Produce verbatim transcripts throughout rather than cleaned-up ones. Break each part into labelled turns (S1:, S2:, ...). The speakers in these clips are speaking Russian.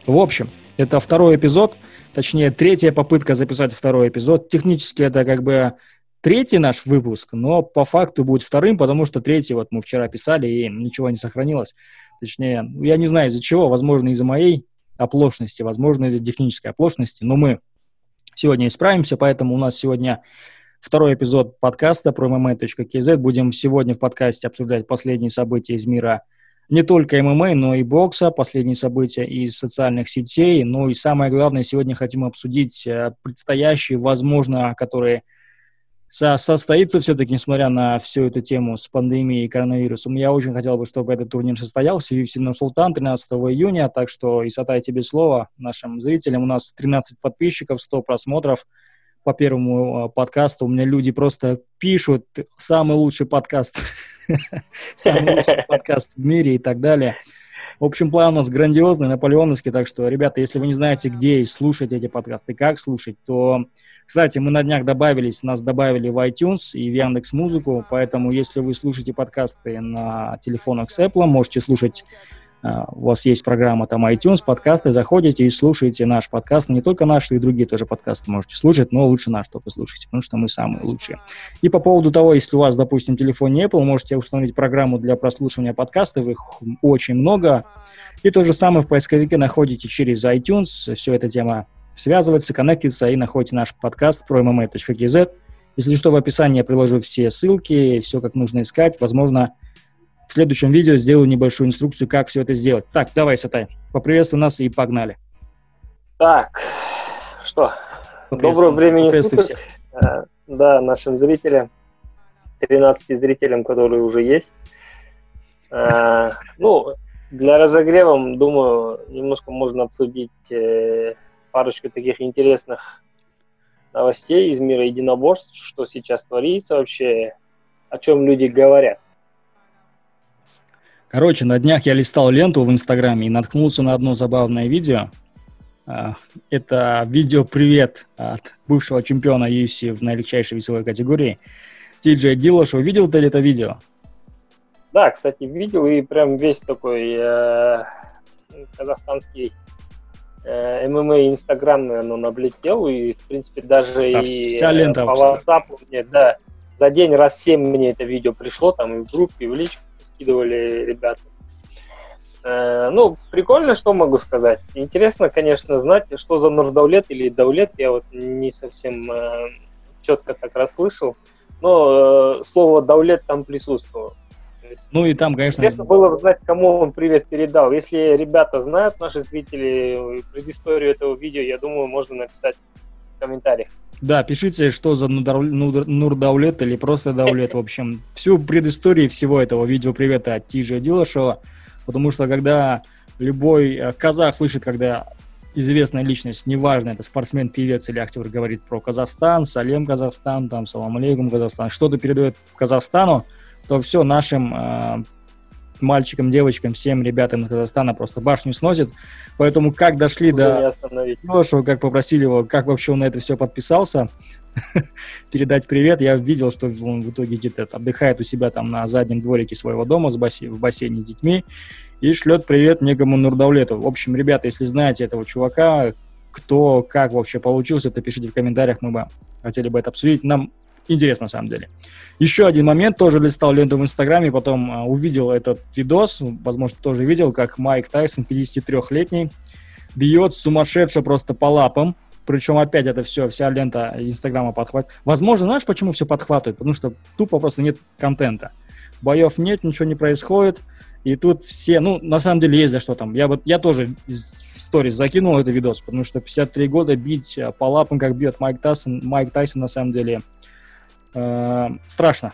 S1: В общем, это второй эпизод, точнее, третья попытка записать второй эпизод. Технически это как бы третий наш выпуск, но по факту будет вторым, потому что третий вот мы вчера писали, и ничего не сохранилось. Точнее, я не знаю из-за чего, возможно, из-за моей оплошности, возможно, из-за технической оплошности, но мы сегодня исправимся, поэтому у нас сегодня второй эпизод подкаста про эм эм а точка кей зет. Будем сегодня в подкасте обсуждать последние события из мира не только эм эм а, но и бокса, последние события из социальных сетей. Ну и самое главное, сегодня хотим обсудить предстоящие, возможно, которые со- состоится все-таки, несмотря на всю эту тему с пандемией и коронавирусом. Я очень хотел бы, чтобы этот турнир состоялся. ю эф си Нур-Султан тринадцатого июня, так что, Исатай, тебе слово, нашим зрителям. У нас тринадцать подписчиков, сто просмотров по первому э, подкасту. У меня люди просто пишут самый лучший подкаст, самый лучший подкаст в мире и так далее. В общем, план у нас грандиозный, наполеоновский, так что, ребята, если вы не знаете, где слушать эти подкасты, как слушать, то, кстати, мы на днях добавились, нас добавили в iTunes и в Яндекс.Музыку, поэтому, если вы слушаете подкасты на телефонах с Apple, можете слушать. У вас есть программа там iTunes, подкасты, заходите и слушаете наш подкаст. Не только наши, и другие тоже подкасты можете слушать, но лучше наш только слушайте, потому что мы самые лучшие. И по поводу того, если у вас, допустим, телефон не Apple, можете установить программу для прослушивания подкастов, их очень много. И то же самое в поисковике находите через iTunes, все эта тема связывается, коннектится, и находите наш подкаст про эм эм а точка кей зет. Если что, в описании я приложу все ссылки, все как нужно искать. Возможно, в следующем видео сделаю небольшую инструкцию, как все это сделать. Так, давай, Исатай, поприветствуй нас и погнали.
S2: Так, что, доброго времени суток. Всех. Да, нашим зрителям, тринадцати зрителям, которые уже есть. Ну, для разогрева, думаю, немножко можно обсудить парочку таких интересных новостей из мира единоборств, что сейчас творится вообще, о чем люди говорят.
S1: Короче, на днях я листал ленту в Инстаграме и наткнулся на одно забавное видео. Это видео-привет от бывшего чемпиона ю эф си в наилегчайшей весовой категории Ти Джей Диллашу. Видел ты это видео?
S2: Да, кстати, видел, и прям весь такой э, казахстанский э, эм эм а Инстаграм, наверное, он облетел, и, в принципе, даже да, и
S1: вся лента
S2: по WhatsApp мне, да, за день раз семь мне это видео пришло, там и в группе, и в личку скидывали ребята. Э, ну, прикольно, что могу сказать. Интересно, конечно, знать, что за Нурдаулет или Даулет, я вот не совсем э, четко так расслышал, но э, слово Даулет там присутствовало.
S1: Ну и там, конечно...
S2: Интересно было бы знать, кому он привет передал. Если ребята знают, наши зрители, предысторию этого видео, я думаю, можно написать в комментариях.
S1: Да, пишите, что за Нурдаулет или просто Даулет, в общем, всю предысторию всего этого видео-привета от Ти Джей Диллаша, потому что когда любой казах слышит, когда известная личность, неважно, это спортсмен, певец или актер, говорит про Казахстан, Салем Казахстан, там, Салам алейкум Казахстан, что-то передает Казахстану, то все нашим э, мальчикам, девочкам, всем ребятам из Казахстана просто башню сносит. Поэтому как дошли до Диллаша, как попросили его, как вообще он на это все подписался, передать привет, я видел, что он в итоге где-то отдыхает у себя там на заднем дворике своего дома с бассейн, в бассейне с детьми и шлет привет некому Нурдаулету. В общем, ребята, если знаете этого чувака, кто, как вообще получился, то пишите в комментариях, мы бы хотели бы это обсудить. Нам интересно, на самом деле. Еще один момент, тоже листал ленту в Инстаграме, потом а, увидел этот видос, возможно, тоже видел, как Майк Тайсон, пятидесятитрёхлетний, бьет сумасшедше просто по лапам, причем опять это все, вся лента Инстаграма подхватывает. Возможно, знаешь, почему все подхватывает? Потому что тупо просто нет контента. Боев нет, ничего не происходит, и тут все, ну, на самом деле есть за что там. Я, вот, я тоже в сторис закинул этот видос, потому что пятьдесят три года бить по лапам, как бьет Майк Тайсон, Майк Тайсон, на самом деле, э, страшно,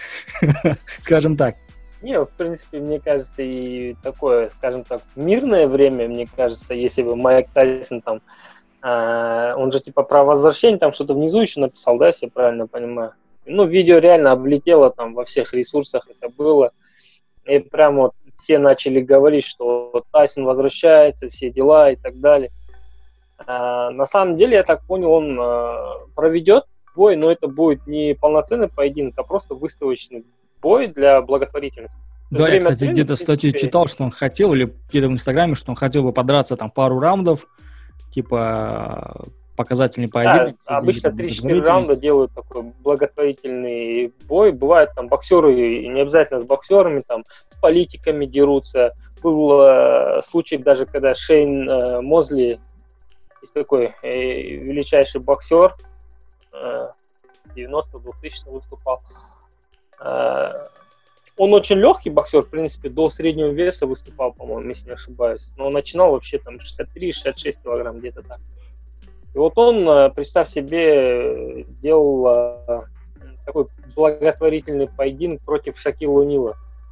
S1: скажем так.
S2: Не, в принципе, мне кажется, и такое, скажем так, мирное время, мне кажется, если бы Майк Тайсон там, э, он же типа про возвращение там что-то внизу еще написал, да, если я правильно понимаю. Ну, видео реально облетело там во всех ресурсах, это было. И прям вот все начали говорить, что Тайсон возвращается, все дела и так далее. А, на самом деле, я так понял, он а, проведет бой, но это будет не полноценный поединок, а просто выставочный бой для благотворительности. Ну,
S1: Да, я,
S2: время от
S1: кстати,
S2: времени,
S1: где-то
S2: в
S1: статью
S2: принципе,
S1: читал, что он хотел, или где-то в Инстаграме, что он хотел бы подраться там пару раундов, типа показательный
S2: да,
S1: поединок, все деньги
S2: обычно
S1: там
S2: три-четыре
S1: благотворительность.
S2: раунда делают такой благотворительный бой. Бывают там боксеры, и не обязательно с боксерами, там с политиками дерутся. Был э, случай даже, когда Шейн э, Мозли, есть такой э, величайший боксер, э, в девяностых, двухтысячных выступал. Э, он очень легкий боксер, в принципе, до среднего веса выступал, по-моему, если не ошибаюсь. Но он начинал вообще там шестьдесят три - шестьдесят шесть килограмм, где-то так. И вот он, представь себе, делал такой благотворительный поединок против Шакила О'Нила.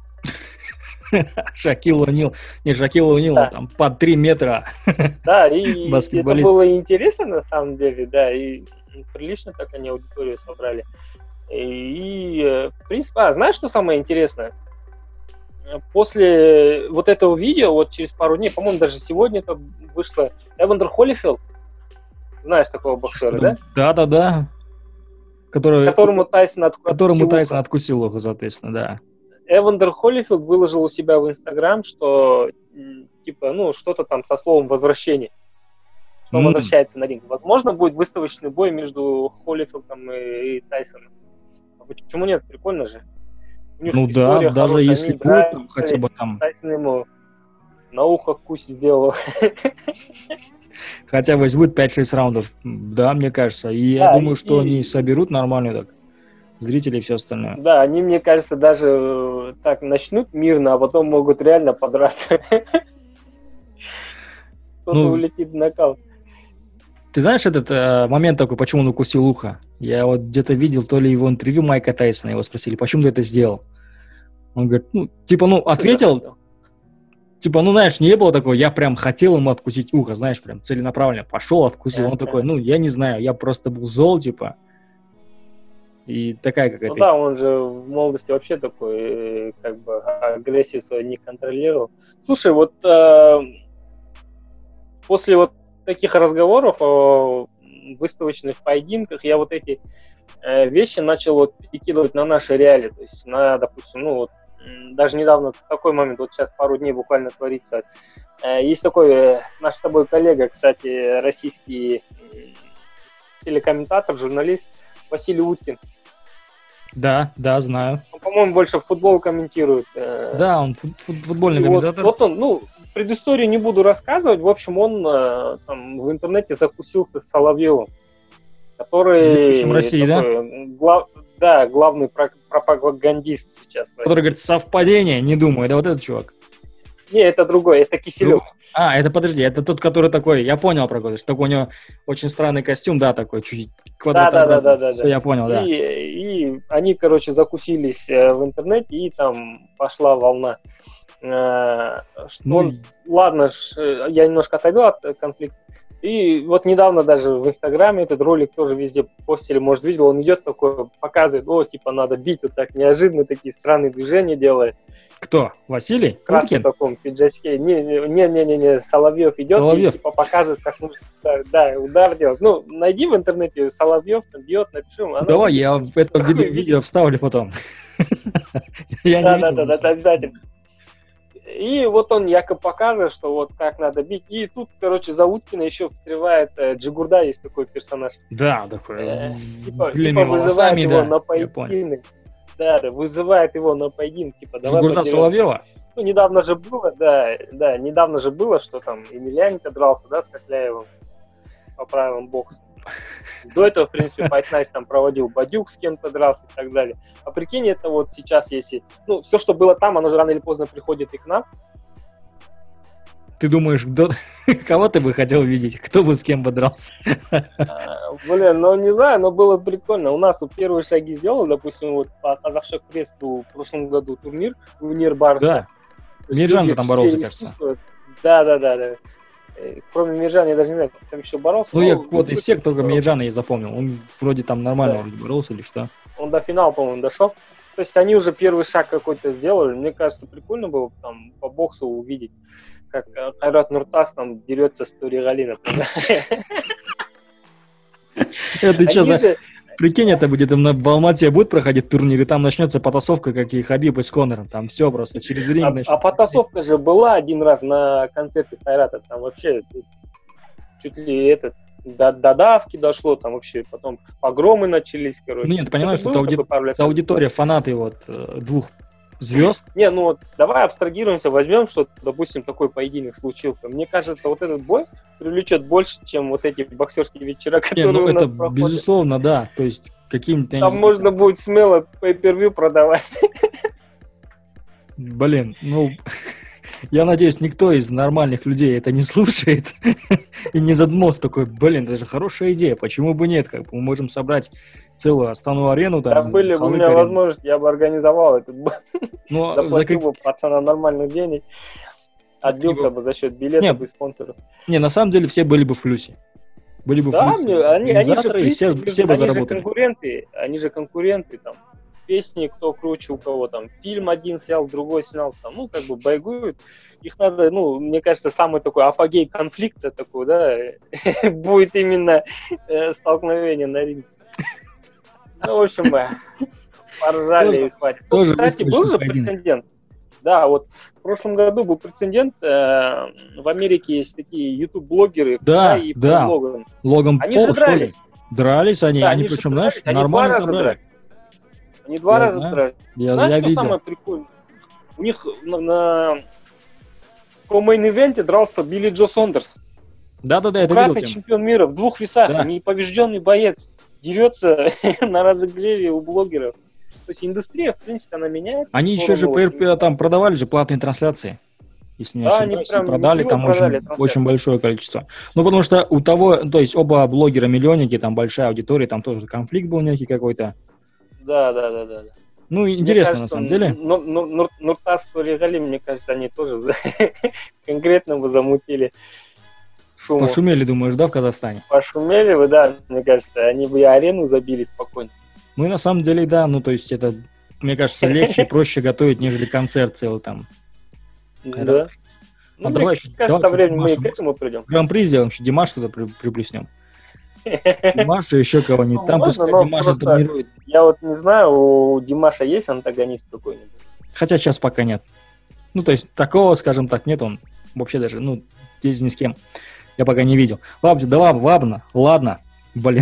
S1: Шакил О'Нил. Не, Шакил О'Нил,
S2: Да.
S1: там под три метра.
S2: Да, и это
S1: Баскетболист.
S2: было интересно на самом деле, да, и прилично так они аудиторию собрали. И, в принципе, а знаешь, что самое интересное? После вот этого видео, вот через пару дней, по-моему, даже сегодня это вышло, Эвандер Холлифилд, знаешь такого боксера, да?
S1: Да-да-да. Который,
S2: Которому Тайсон откусил
S1: которому Тайсон
S2: ухо.
S1: откусил ухо, соответственно, да.
S2: Эвандер Холлифилд выложил у себя в Инстаграм, что типа, ну, что-то там со словом «возвращение». Что он
S1: М.
S2: возвращается на ринг. Возможно, будет выставочный бой между Холлифилдом и, и Тайсоном. А почему нет? Прикольно же. У них
S1: Ну да,
S2: история
S1: даже
S2: хорошая.
S1: если
S2: Они
S1: будет там
S2: дрались,
S1: хотя бы там,
S2: Тайсон ему на ухо кусь сделал.
S1: хотя бы если будет пять-шесть раундов, да, мне кажется. И я
S2: Да,
S1: думаю,
S2: и-
S1: что
S2: и-
S1: они соберут нормально так зрителей и все остальное.
S2: Да, они, мне кажется, даже э, так начнут мирно, а потом могут реально подраться. Кто-то
S1: Ну,
S2: улетит в нокаут.
S1: Ты знаешь этот э, момент такой, почему он укусил ухо? Я вот где-то видел то ли его интервью Майка Тайсона, его спросили, почему ты это сделал? Он говорит, ну, типа, ну, ответил, типа, ну, знаешь, не было такого, я прям хотел ему откусить ухо, знаешь, прям целенаправленно пошел, откусил. Он такой, ну, я не знаю, я просто был зол, типа. И такая какая-то...
S2: Ну да, он же в молодости вообще такой, э, как бы, агрессию свою не контролировал. Слушай, вот э, после вот таких разговоров о выставочных поединках я вот эти э, вещи начал вот перекидывать на наши реалии. То есть на, допустим, ну вот м, даже недавно такой момент, вот сейчас пару дней буквально творится. Э, есть такой э, наш с тобой коллега, кстати, российский э, телекомментатор, журналист Василий Уткин.
S1: Да, да, знаю.
S2: Он, по-моему, больше футбол комментирует. э,
S1: Да, он фут- фут- футбольный
S2: И вот,
S1: комментатор.
S2: вот он, ну, предысторию не буду рассказывать. В общем, он э, там в интернете закусился с Соловьевым, который
S1: Ведущим России, да?
S2: такой, глав- да, главный про- пропагандист сейчас. в
S1: Который
S2: России.
S1: говорит, совпадение, не думаю, да вот этот чувак.
S2: Не, это другой, это Киселев.
S1: А, это, подожди, это тот, который такой, я понял про кого, что такой у него очень странный костюм, да, такой, чуть квадратообразный.
S2: Да, да, да, да,
S1: Все,
S2: да.
S1: я понял, да.
S2: И, и они, короче, закусились э, в интернете, и там пошла волна. Э, что
S1: Ну,
S2: он, ладно, ж, э, я немножко отойду от э, конфликта. И вот недавно даже в Инстаграме этот ролик тоже везде постили, может, видел, он идет такой, показывает, о, типа, надо бить, вот так неожиданно такие странные движения делает.
S1: кто? Василий?
S2: В красном
S1: Уткин?
S2: таком пиджачке. Не-не-не, Соловьев идет
S1: Соловьев.
S2: и типа, показывает, как нужно удар, да, удар делать. Ну, найди в интернете Соловьев, там бьет, напиши ему. она
S1: Давай,
S2: видит,
S1: я
S2: что-
S1: это
S2: какое
S1: видео, видео вставлю потом. Я
S2: Да,
S1: не
S2: да,
S1: видел.
S2: да,
S1: на
S2: да,
S1: самом
S2: да, обязательно. И вот он якобы показывает, что вот как надо бить. И тут, короче, за Уткина еще встревает э, Джигурда, есть такой персонаж.
S1: деле. Да, такой,
S2: Э,
S1: с
S2: Типа,
S1: длинными
S2: типа вызывает
S1: волосами,
S2: его
S1: да,
S2: на
S1: я понял.
S2: поединок. Да, да, вызывает его на поединок. Типа, давай
S1: Жигурда
S2: подерем.
S1: Соловьева?
S2: Ну, недавно же было, да, да, недавно же было, что там Емельяненко дрался, да, с Кокляевым по правилам бокса. До этого, в принципе, Fight Night там проводил Бадюк, с кем-то дрался и так далее. А прикинь, это вот сейчас, если... Ну, все, что было там, оно же рано или поздно приходит и к нам.
S1: Ты думаешь, кто... кого ты бы хотел видеть? Кто бы с кем бы дрался?
S2: А, Блин, ну, не знаю, но было прикольно. У нас вот первые шаги сделал, допустим, вот по Казахшак Пресс был в прошлом году турнир, турнир Барса.
S1: Да.
S2: То есть
S1: Миржан
S2: люди
S1: же там
S2: все
S1: боролся, кажется.
S2: искусствуют. Да, да, да, да. Э, Кроме Миржана, я даже не знаю, кто там еще боролся.
S1: Ну,
S2: но
S1: я
S2: ну,
S1: вот из
S2: суть,
S1: всех только
S2: что
S1: Мейджана я запомнил. Он вроде там нормально
S2: Да.
S1: вроде боролся или что.
S2: Он до финала, по-моему, дошел. То есть они уже первый шаг какой-то сделали. Мне кажется, прикольно было там по боксу увидеть, как э, Кайрат Нуртас там дерется с Тури Гали, например.
S1: Это что
S2: Они
S1: за...
S2: же,
S1: Прикинь, это будет там в Алмате будет проходить турнир, и там начнется потасовка, как и Хабиб и с Конором. Там все просто через ринг
S2: А,
S1: начнется.
S2: а потасовка же была один раз на концерте Хайрата. Там вообще чуть ли это до, до давки дошло, там вообще потом погромы начались, короче.
S1: Ну нет, ты понимаешь, что это ауди... аудитория, фанаты вот двух звезд.
S2: Не, ну вот давай абстрагируемся, возьмем, что, допустим, такой поединок случился. Мне кажется, вот этот бой привлечет больше, чем вот эти боксерские вечера, которые
S1: не, ну,
S2: у нас
S1: это
S2: проходят.
S1: Безусловно, да. То есть каким-то...
S2: Там можно будет смело pay-per-view продавать.
S1: Блин, ну... Я надеюсь, никто из нормальных людей это не слушает и не задумался такой, блин, это же хорошая идея, почему бы нет? Как бы мы можем собрать целую Астана арену.
S2: Да, были бы у меня возможности, я бы организовал этот бой.
S1: Ну,
S2: заплатил
S1: за...
S2: бы пацана нормальных денег, отбился бы за счет билетов и спонсоров.
S1: Не, на самом деле все были бы в плюсе. Были бы
S2: да,
S1: в плюсе.
S2: Мне, они, они же, принципе,
S1: все, все бы
S2: они
S1: заработали.
S2: Же конкуренты, они же конкуренты, там, песни, кто круче, у кого там, фильм один снял, другой снял, там, ну, как бы байгуют. Их надо, ну, мне кажется, самый такой апогей конфликта такой, да, будет именно э, столкновение на ринге. Ну, в общем, поржали и хватит.
S1: Тоже
S2: Кстати, был же прецедент. Да, вот в прошлом году был прецедент. Э, в Америке есть такие ютуб-блогеры,
S1: да,
S2: и
S1: да.
S2: Логан.
S1: Логан
S2: они
S1: Пол,
S2: же дрались.
S1: Что ли? Дрались они,
S2: да,
S1: они,
S2: они
S1: причем,
S2: дрались,
S1: знаешь,
S2: они
S1: нормально собрали.
S2: Они два
S1: я
S2: раза
S1: знаю.
S2: дрались.
S1: Я,
S2: Знаешь,
S1: я
S2: что
S1: видел.
S2: самое прикольное? У них на, на... по мейн-ивенте дрался Билли Джо Сондерс.
S1: Да-да-да, это
S2: Кратный
S1: видел.
S2: чемпион мира в двух весах,
S1: да.
S2: непобежденный боец. Дерется на разогреве у блогеров. То есть индустрия, в принципе, она меняется.
S1: Они еще же по, там продавали же платные трансляции. Если не
S2: да,
S1: ошибаюсь,
S2: они
S1: продали там
S2: продали
S1: очень, очень большое количество. Ну, потому что у того, то есть оба блогера-миллионники, там большая аудитория, там тоже конфликт был некий какой-то.
S2: Да, да, да, да.
S1: Ну, интересно,
S2: кажется,
S1: на самом деле.
S2: Ну, ну, ну, Нуртас Туригали, мне кажется, они тоже конкретно бы замутили шуму.
S1: Пошумели, думаешь, да, в Казахстане?
S2: Пошумели бы, да, мне кажется, они бы и арену забили спокойно.
S1: Ну, и на самом деле, да, ну, то есть это, мне кажется, легче и проще готовить, нежели концерт целый там.
S2: Да.
S1: Ну, давай еще,
S2: кажется, со временем мы к этому придем.
S1: Гран-при сделаем, еще Димаш туда при, приплеснем. Димаш и еще кого-нибудь.
S2: Ну,
S1: там
S2: ладно,
S1: пускай Димаша тренирует.
S2: Я вот не знаю, у Димаша есть антагонист какой-нибудь?
S1: Хотя сейчас пока нет. Ну, то есть такого, скажем так, нет, он вообще даже, ну, здесь ни с кем. Я пока не видел. Ладно, да ладно, ладно, ладно, блин.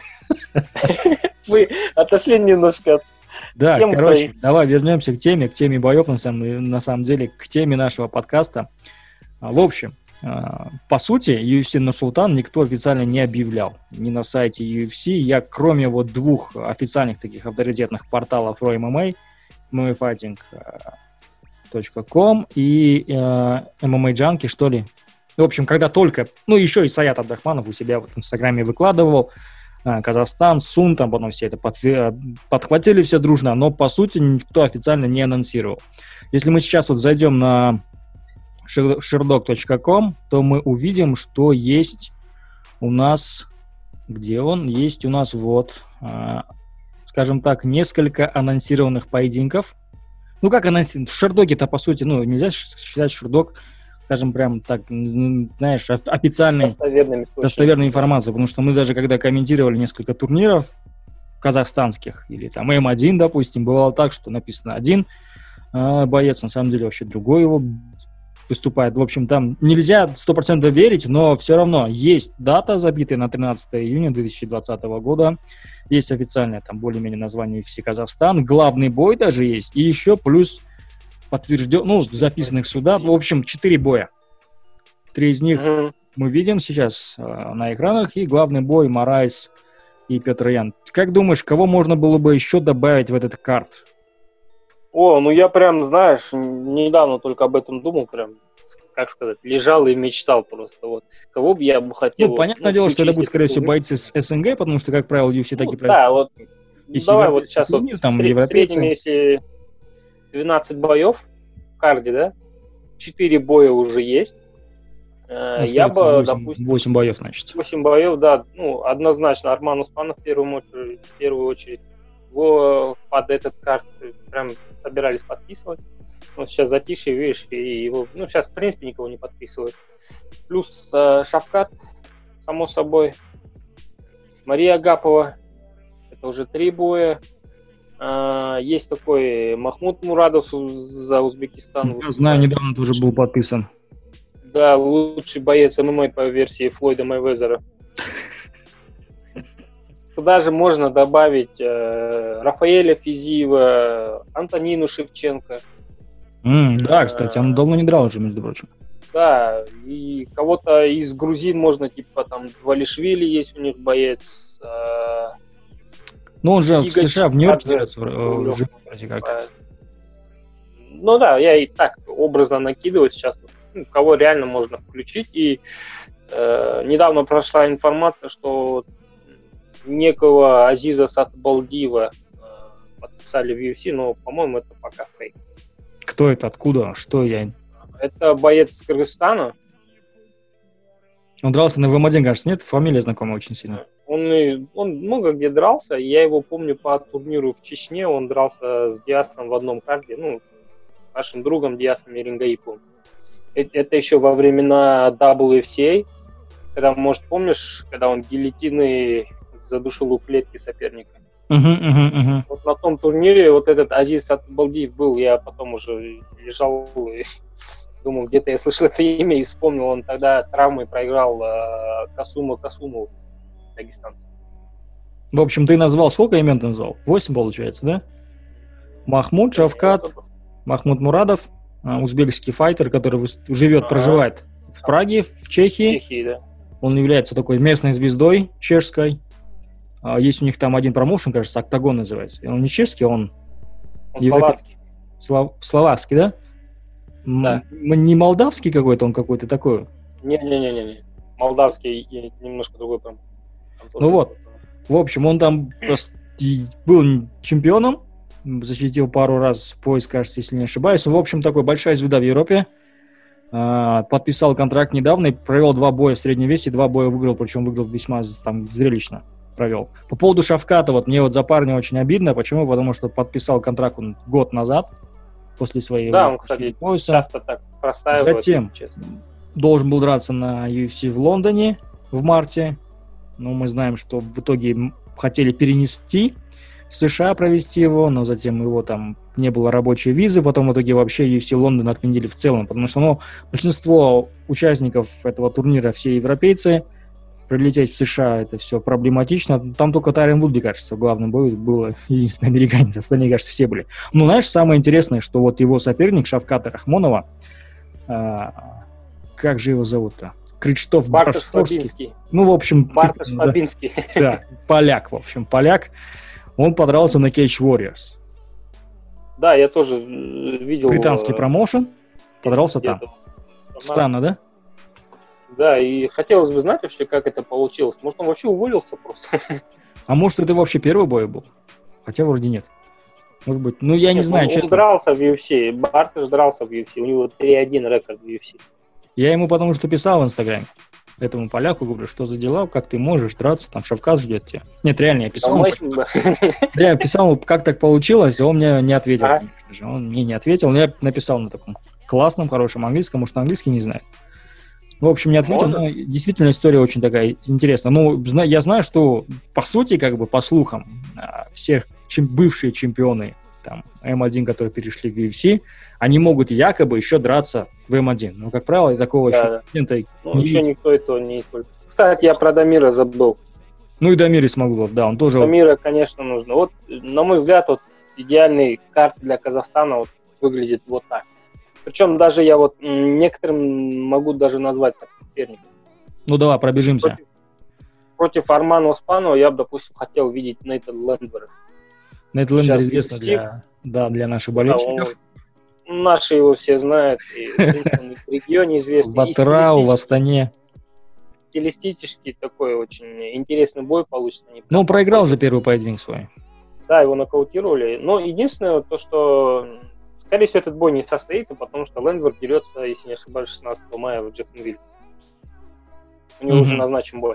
S2: Мы отошли немножко от
S1: Да,
S2: темы
S1: короче,
S2: своей.
S1: Давай вернемся к теме, к теме боев, на самом, на самом деле, к теме нашего подкаста. В общем, по сути, ю эф си Нур-Султан никто официально не объявлял. Ни на сайте ю эф си. Я, кроме вот двух официальных таких авторитетных порталов про эм эм а, эм эм а файтинг точка ком и э, эм эм а Junkie, что ли. В общем, когда только... Ну, еще и Саят Абдрахманов у себя в Инстаграме выкладывал. Казахстан, Сун, там потом все это подве... подхватили все дружно, но, по сути, никто официально не анонсировал. Если мы сейчас вот зайдем на шердог точка ком, то мы увидим, что есть у нас... Где он? Есть у нас вот, скажем так, несколько анонсированных поединков. Ну, как анонсирован? В Шердоге-то, по сути, ну, нельзя считать Шердог, скажем, прям так, знаешь, официальной достоверной информацией, потому что мы даже, когда комментировали несколько турниров казахстанских, или там эм один, допустим, бывало так, что написано один э, боец, на самом деле вообще другой его выступает. В общем, там нельзя сто процентов верить, но все равно есть дата, забитая на тринадцатое июня две тысячи двадцатого года, есть официальное там более-менее название ю эф си Казахстан, главный бой даже есть, и еще плюс подтвержден, ну, записанных сюда, в общем, четыре боя. Три из них mm-hmm. мы видим сейчас э, на экранах, и главный бой Морайс и Петр Ян. Как думаешь, кого можно было бы еще добавить в этот карт?
S2: О, ну я прям, знаешь, недавно только об этом думал, прям, как сказать, лежал и мечтал просто. Вот. Кого бы я бы хотел...
S1: Ну, понятное ну, дело, что это будет, скорее всего, бойцы с эс эн гэ, потому что, как правило, ю эф си
S2: ну,
S1: такие
S2: да, вот,
S1: если
S2: давай вот сейчас вот
S1: там,
S2: в среднем, если двенадцать боев в карде, да, четыре боя уже есть. Остается я бы,
S1: восемь,
S2: допустим...
S1: восемь боев, значит.
S2: восемь боев, да, ну, однозначно Арман Успанов в первую очередь, в первую очередь. Его под этот карт прям собирались подписывать. Вот сейчас затишье, видишь, и его... Ну, сейчас, в принципе, никого не подписывают. Плюс э, Шавкат, само собой. Мария Агапова. это уже три боя. А, есть такой Махмуд Мурадов за Узбекистан.
S1: Я знаю, недавно тоже был подписан.
S2: Да, лучший боец эм эм а по версии Флойда Мэйвезера. Сюда же можно добавить э, Рафаэля Физиева, Антонину Шевченко.
S1: Mm, да, кстати, он давно не драл уже, между прочим.
S2: Да, и кого-то из грузин можно, типа, там, Двалишвили есть у них боец. Э,
S1: ну, он же
S2: Игорь
S1: в США, в Нью-Йорке
S2: Чикадзе,
S1: живет, вроде как.
S2: Ну да, я и так образно накидываю сейчас, ну, кого реально можно включить. И э, недавно прошла информация, что некого Азиза Сатбалдиева э, подписали в ю эф си, но, по-моему, это пока фейк.
S1: Кто это? Откуда? Что я?
S2: Это боец из Кыргызстана.
S1: Он дрался на вэ эм один, кажется, нет? Фамилия знакомая очень сильно.
S2: Он, он много где дрался. Я его помню по турниру в Чечне. Он дрался с Диасом в одном карде. Ну, нашим другом Диасом Мерингаиповым. Это еще во времена дабл ю эф си эй. Когда, может, помнишь, когда он гильотиной задушил у клетки соперника.
S1: Uh-huh, uh-huh, uh-huh.
S2: Вот на том турнире вот этот Азиз Сатбалдиев был. Я потом уже лежал и думал, где-то я слышал это имя и вспомнил. Он тогда травмой проиграл э, Касума Касуму, дагестанцу.
S1: В общем, ты назвал, сколько имен ты назвал? Восемь, получается, да? Махмуд, Шавкат, Махмуд Мурадов, узбекский файтер, который живет, ага. проживает в Праге, в Чехии.
S2: Чехии, да.
S1: Он является такой местной звездой чешской. Есть у них там один промоушен, кажется, Октагон называется. Он не чешский, он...
S2: Он словацкий.
S1: Слов... Словацкий, да?
S2: Да.
S1: М- не молдавский какой-то, он какой-то такой.
S2: Не-не-не-не. Молдавский немножко другой. Там,
S1: там ну вот. В общем, он там был чемпионом, защитил пару раз пояс, кажется, если не ошибаюсь. В общем, такой большая звезда в Европе. Подписал контракт недавно и провел два боя в среднем весе, два боя выиграл, причем выиграл весьма там зрелищно. Провел. По поводу Шавката, вот мне вот за парня очень обидно. Почему? Потому что подписал контракт он год назад, после своей...
S2: Да, он, кстати, пояса. Часто так простаивает.
S1: Затем честно. Должен был драться на ю эф си в Лондоне в марте. Но мы знаем, что в итоге хотели перенести в США, провести его, но затем его там не было рабочей визы. Потом в итоге вообще ю эф си Лондон отменили в целом, потому что ну, большинство участников этого турнира все европейцы. Прилететь в США это все проблематично. Там только Тайрон Вудли, кажется, в главном бою было единственный американец. Остальные, кажется, все были. Ну, знаешь, самое интересное, что вот его соперник Шавката Рахмонова, а, как же его зовут-то? Кричтоф
S2: Бартош Фабинский.
S1: Ну, в общем...
S2: Бартош ты, Фабинский.
S1: Да, поляк, в общем, поляк. Он подрался на Cage Warriors.
S2: Да, я тоже видел...
S1: Британский промоушен, подрался там. Странно, да?
S2: Да, и хотелось бы знать вообще, как это получилось. Может, он вообще уволился просто?
S1: А может, это вообще первый бой был? Хотя вроде нет. Может быть. Ну, я нет, не знаю,
S2: он,
S1: честно.
S2: Он дрался в ю эф си. Бартош дрался в ю эф си. У него три один рекорд в ю эф си.
S1: Я ему потому что писал в Инстаграме. Этому поляку говорю, что за дела, как ты можешь драться, там Шавкат ждет тебя. Нет, реально, я писал. Я писал, как так получилось, а он мне не ответил, конечно же. Он мне не ответил, но я написал на таком классном, хорошем английском, может, английский не знает. В общем, не ответил, но действительно история очень такая интересная. Ну, я знаю, что, по сути, как бы, по слухам, все бывшие чемпионы там, эм один, которые перешли в ю эф си, они могут якобы еще драться в эм один. Но, как правило, такого
S2: да,
S1: еще
S2: да. Ну, не еще видит. Никто этого не использует. Кстати, я про Дамира забыл.
S1: Ну и Дамир Исмагулов, да, он тоже...
S2: Дамира, конечно, нужно. Вот, на мой взгляд, вот идеальный карт для Казахстана вот, выглядит вот так. Причем даже я вот некоторым могу даже назвать соперником.
S1: Ну давай, пробежимся.
S2: Против, против Армана Оспанова я бы, допустим, хотел видеть Нейтан Лендвера.
S1: Нейтан Лендвер известно для, да, для наших болельщиков.
S2: Да, он, наши его все знают, и в принципе, в регионе известный.
S1: В Атырау, в Астане.
S2: Стилистически такой очень интересный бой получится.
S1: Ну, он проиграл же первый поединок свой.
S2: Да, его нокаутировали. Но единственное, то, что... Скорее всего, этот бой не состоится, потому что Лендвер дерется, если не ошибаюсь, шестнадцатого мая в Джексонвилле. У него mm-hmm. уже назначен бой.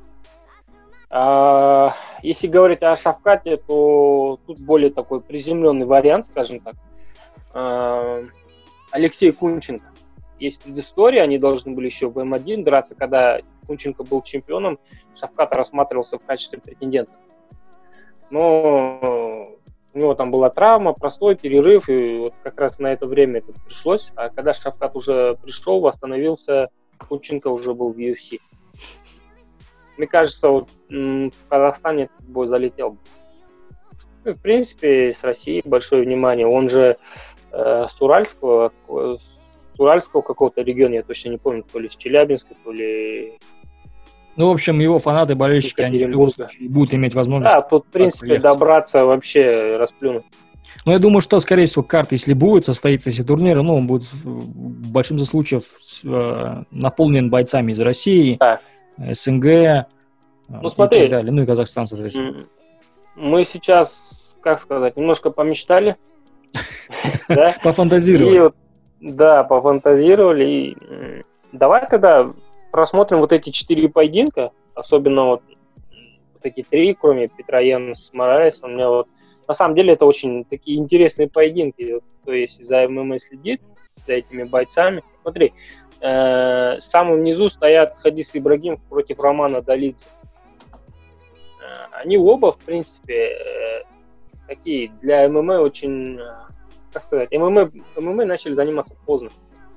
S2: А, если говорить о Шавкате, то тут более такой приземленный вариант, скажем так. А, Алексей Кунченко. Есть предыстория, они должны были еще в эм один драться, когда Кунченко был чемпионом, Шавкат рассматривался в качестве претендента. но у него там была травма, простой перерыв, и вот как раз на это время это пришлось. А когда Шавкат уже пришел, восстановился, Курченко уже был в ю эф си. Мне кажется, вот в Казахстане этот бой залетел. Ну, в принципе, с Россией большое внимание. Он же э, с Уральского, с Уральского какого-то региона, я точно не помню, то ли с Челябинска, то ли...
S1: Ну, в общем, его фанаты, болельщики, они в любом случае будут иметь возможность...
S2: Да, тут, в принципе, приехать. Добраться вообще расплюнуть.
S1: Ну, я думаю, что, скорее всего, карта, если будет, состоится если турнир, ну, он будет в большинстве случаев э, наполнен бойцами из России, да. СНГ,
S2: ну, смотри,
S1: и так далее, ну и Казахстан, соответственно.
S2: Мы сейчас, как сказать, немножко помечтали.
S1: Пофантазировали.
S2: Да, пофантазировали. И давай тогда просмотрим вот эти четыре поединка, особенно вот, вот эти три, кроме Петросяна с Мораесом. У меня вот на самом деле это очень такие интересные поединки. Кто если за эм эм а следит, за этими бойцами. Смотри, э, в самом низу стоят Хадис Ибрагимов против Романа Долидзе. Э, они оба, в принципе, э, такие для эм эм а очень, э, как сказать, эм эм а, эм эм а начали заниматься поздно.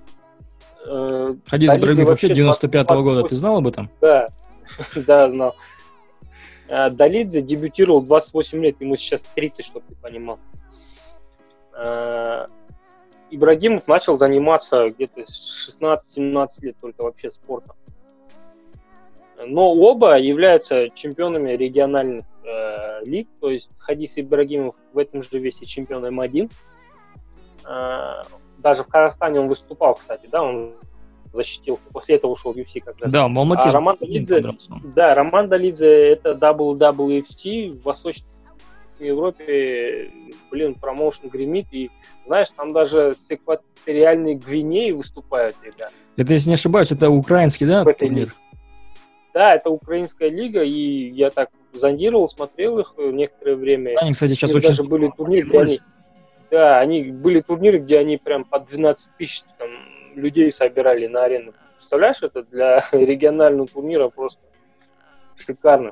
S1: Хадис Ибрагимов вообще девяносто пятого года, ты знал об этом?
S2: Да, да, знал. Долидзе дебютировал в двадцать восемь лет, ему сейчас тридцать, чтобы ты понимал. Ибрагимов начал заниматься где-то с шестнадцати-семнадцати лет только вообще спортом. Но оба являются чемпионами региональных э, лиг, то есть Хадис Ибрагимов в этом же весе чемпион эм один. Э, даже в Казахстане он выступал, кстати, да, он защитил, после этого ушел в ю эф си как раз.
S1: Да, в Алмате.
S2: А Роман Долидзе, да, Роман Долидзе это дабл ю дабл ю эф си в Восточной Европе, блин, промоушен гремит, и знаешь, там даже с экваториальной Гвинеи выступают ребята.
S1: Это, если не ошибаюсь, это украинский, да, турнир?
S2: Да, это украинская лига, и я так зондировал, смотрел их некоторое время.
S1: Они, кстати, сейчас очень...
S2: Даже были турниры, где они... Да, они были турниры, где они прям по двенадцать тысяч там людей собирали на арену. Представляешь, это для регионального турнира просто шикарно.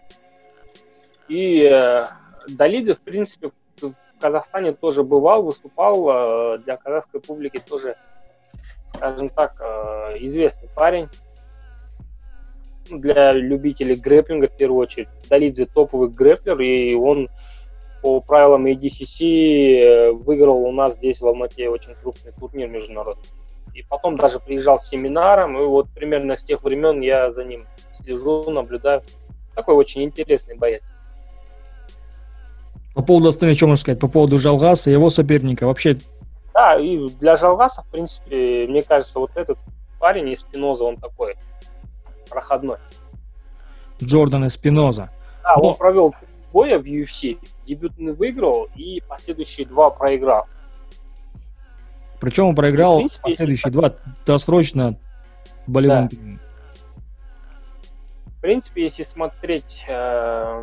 S2: И э, Долидзе, в принципе, в Казахстане тоже бывал, выступал, э, для казахской публики тоже, скажем так, э, известный парень. Для любителей грэпплинга, в первую очередь. Долидзе топовый грэпплер, и он по правилам эй ди си си выиграл у нас здесь в Алмате очень крупный турнир международный. И потом даже приезжал с семинаром, и вот примерно с тех времен я за ним слежу, наблюдаю. Такой очень интересный боец.
S1: По поводу остальных, что можно сказать? По поводу Жалгаса и его соперника вообще...
S2: Да, и для Жалгаса, в принципе, мне кажется, вот этот парень из Спиноза, он такой проходной.
S1: Джордан Эспиноза.
S2: Да, Но... он провел боя в ю эф си, дебютный выиграл и последующие два проиграл.
S1: Причем он проиграл в принципе, последующие два досрочно болевым. Да.
S2: В принципе, если смотреть э,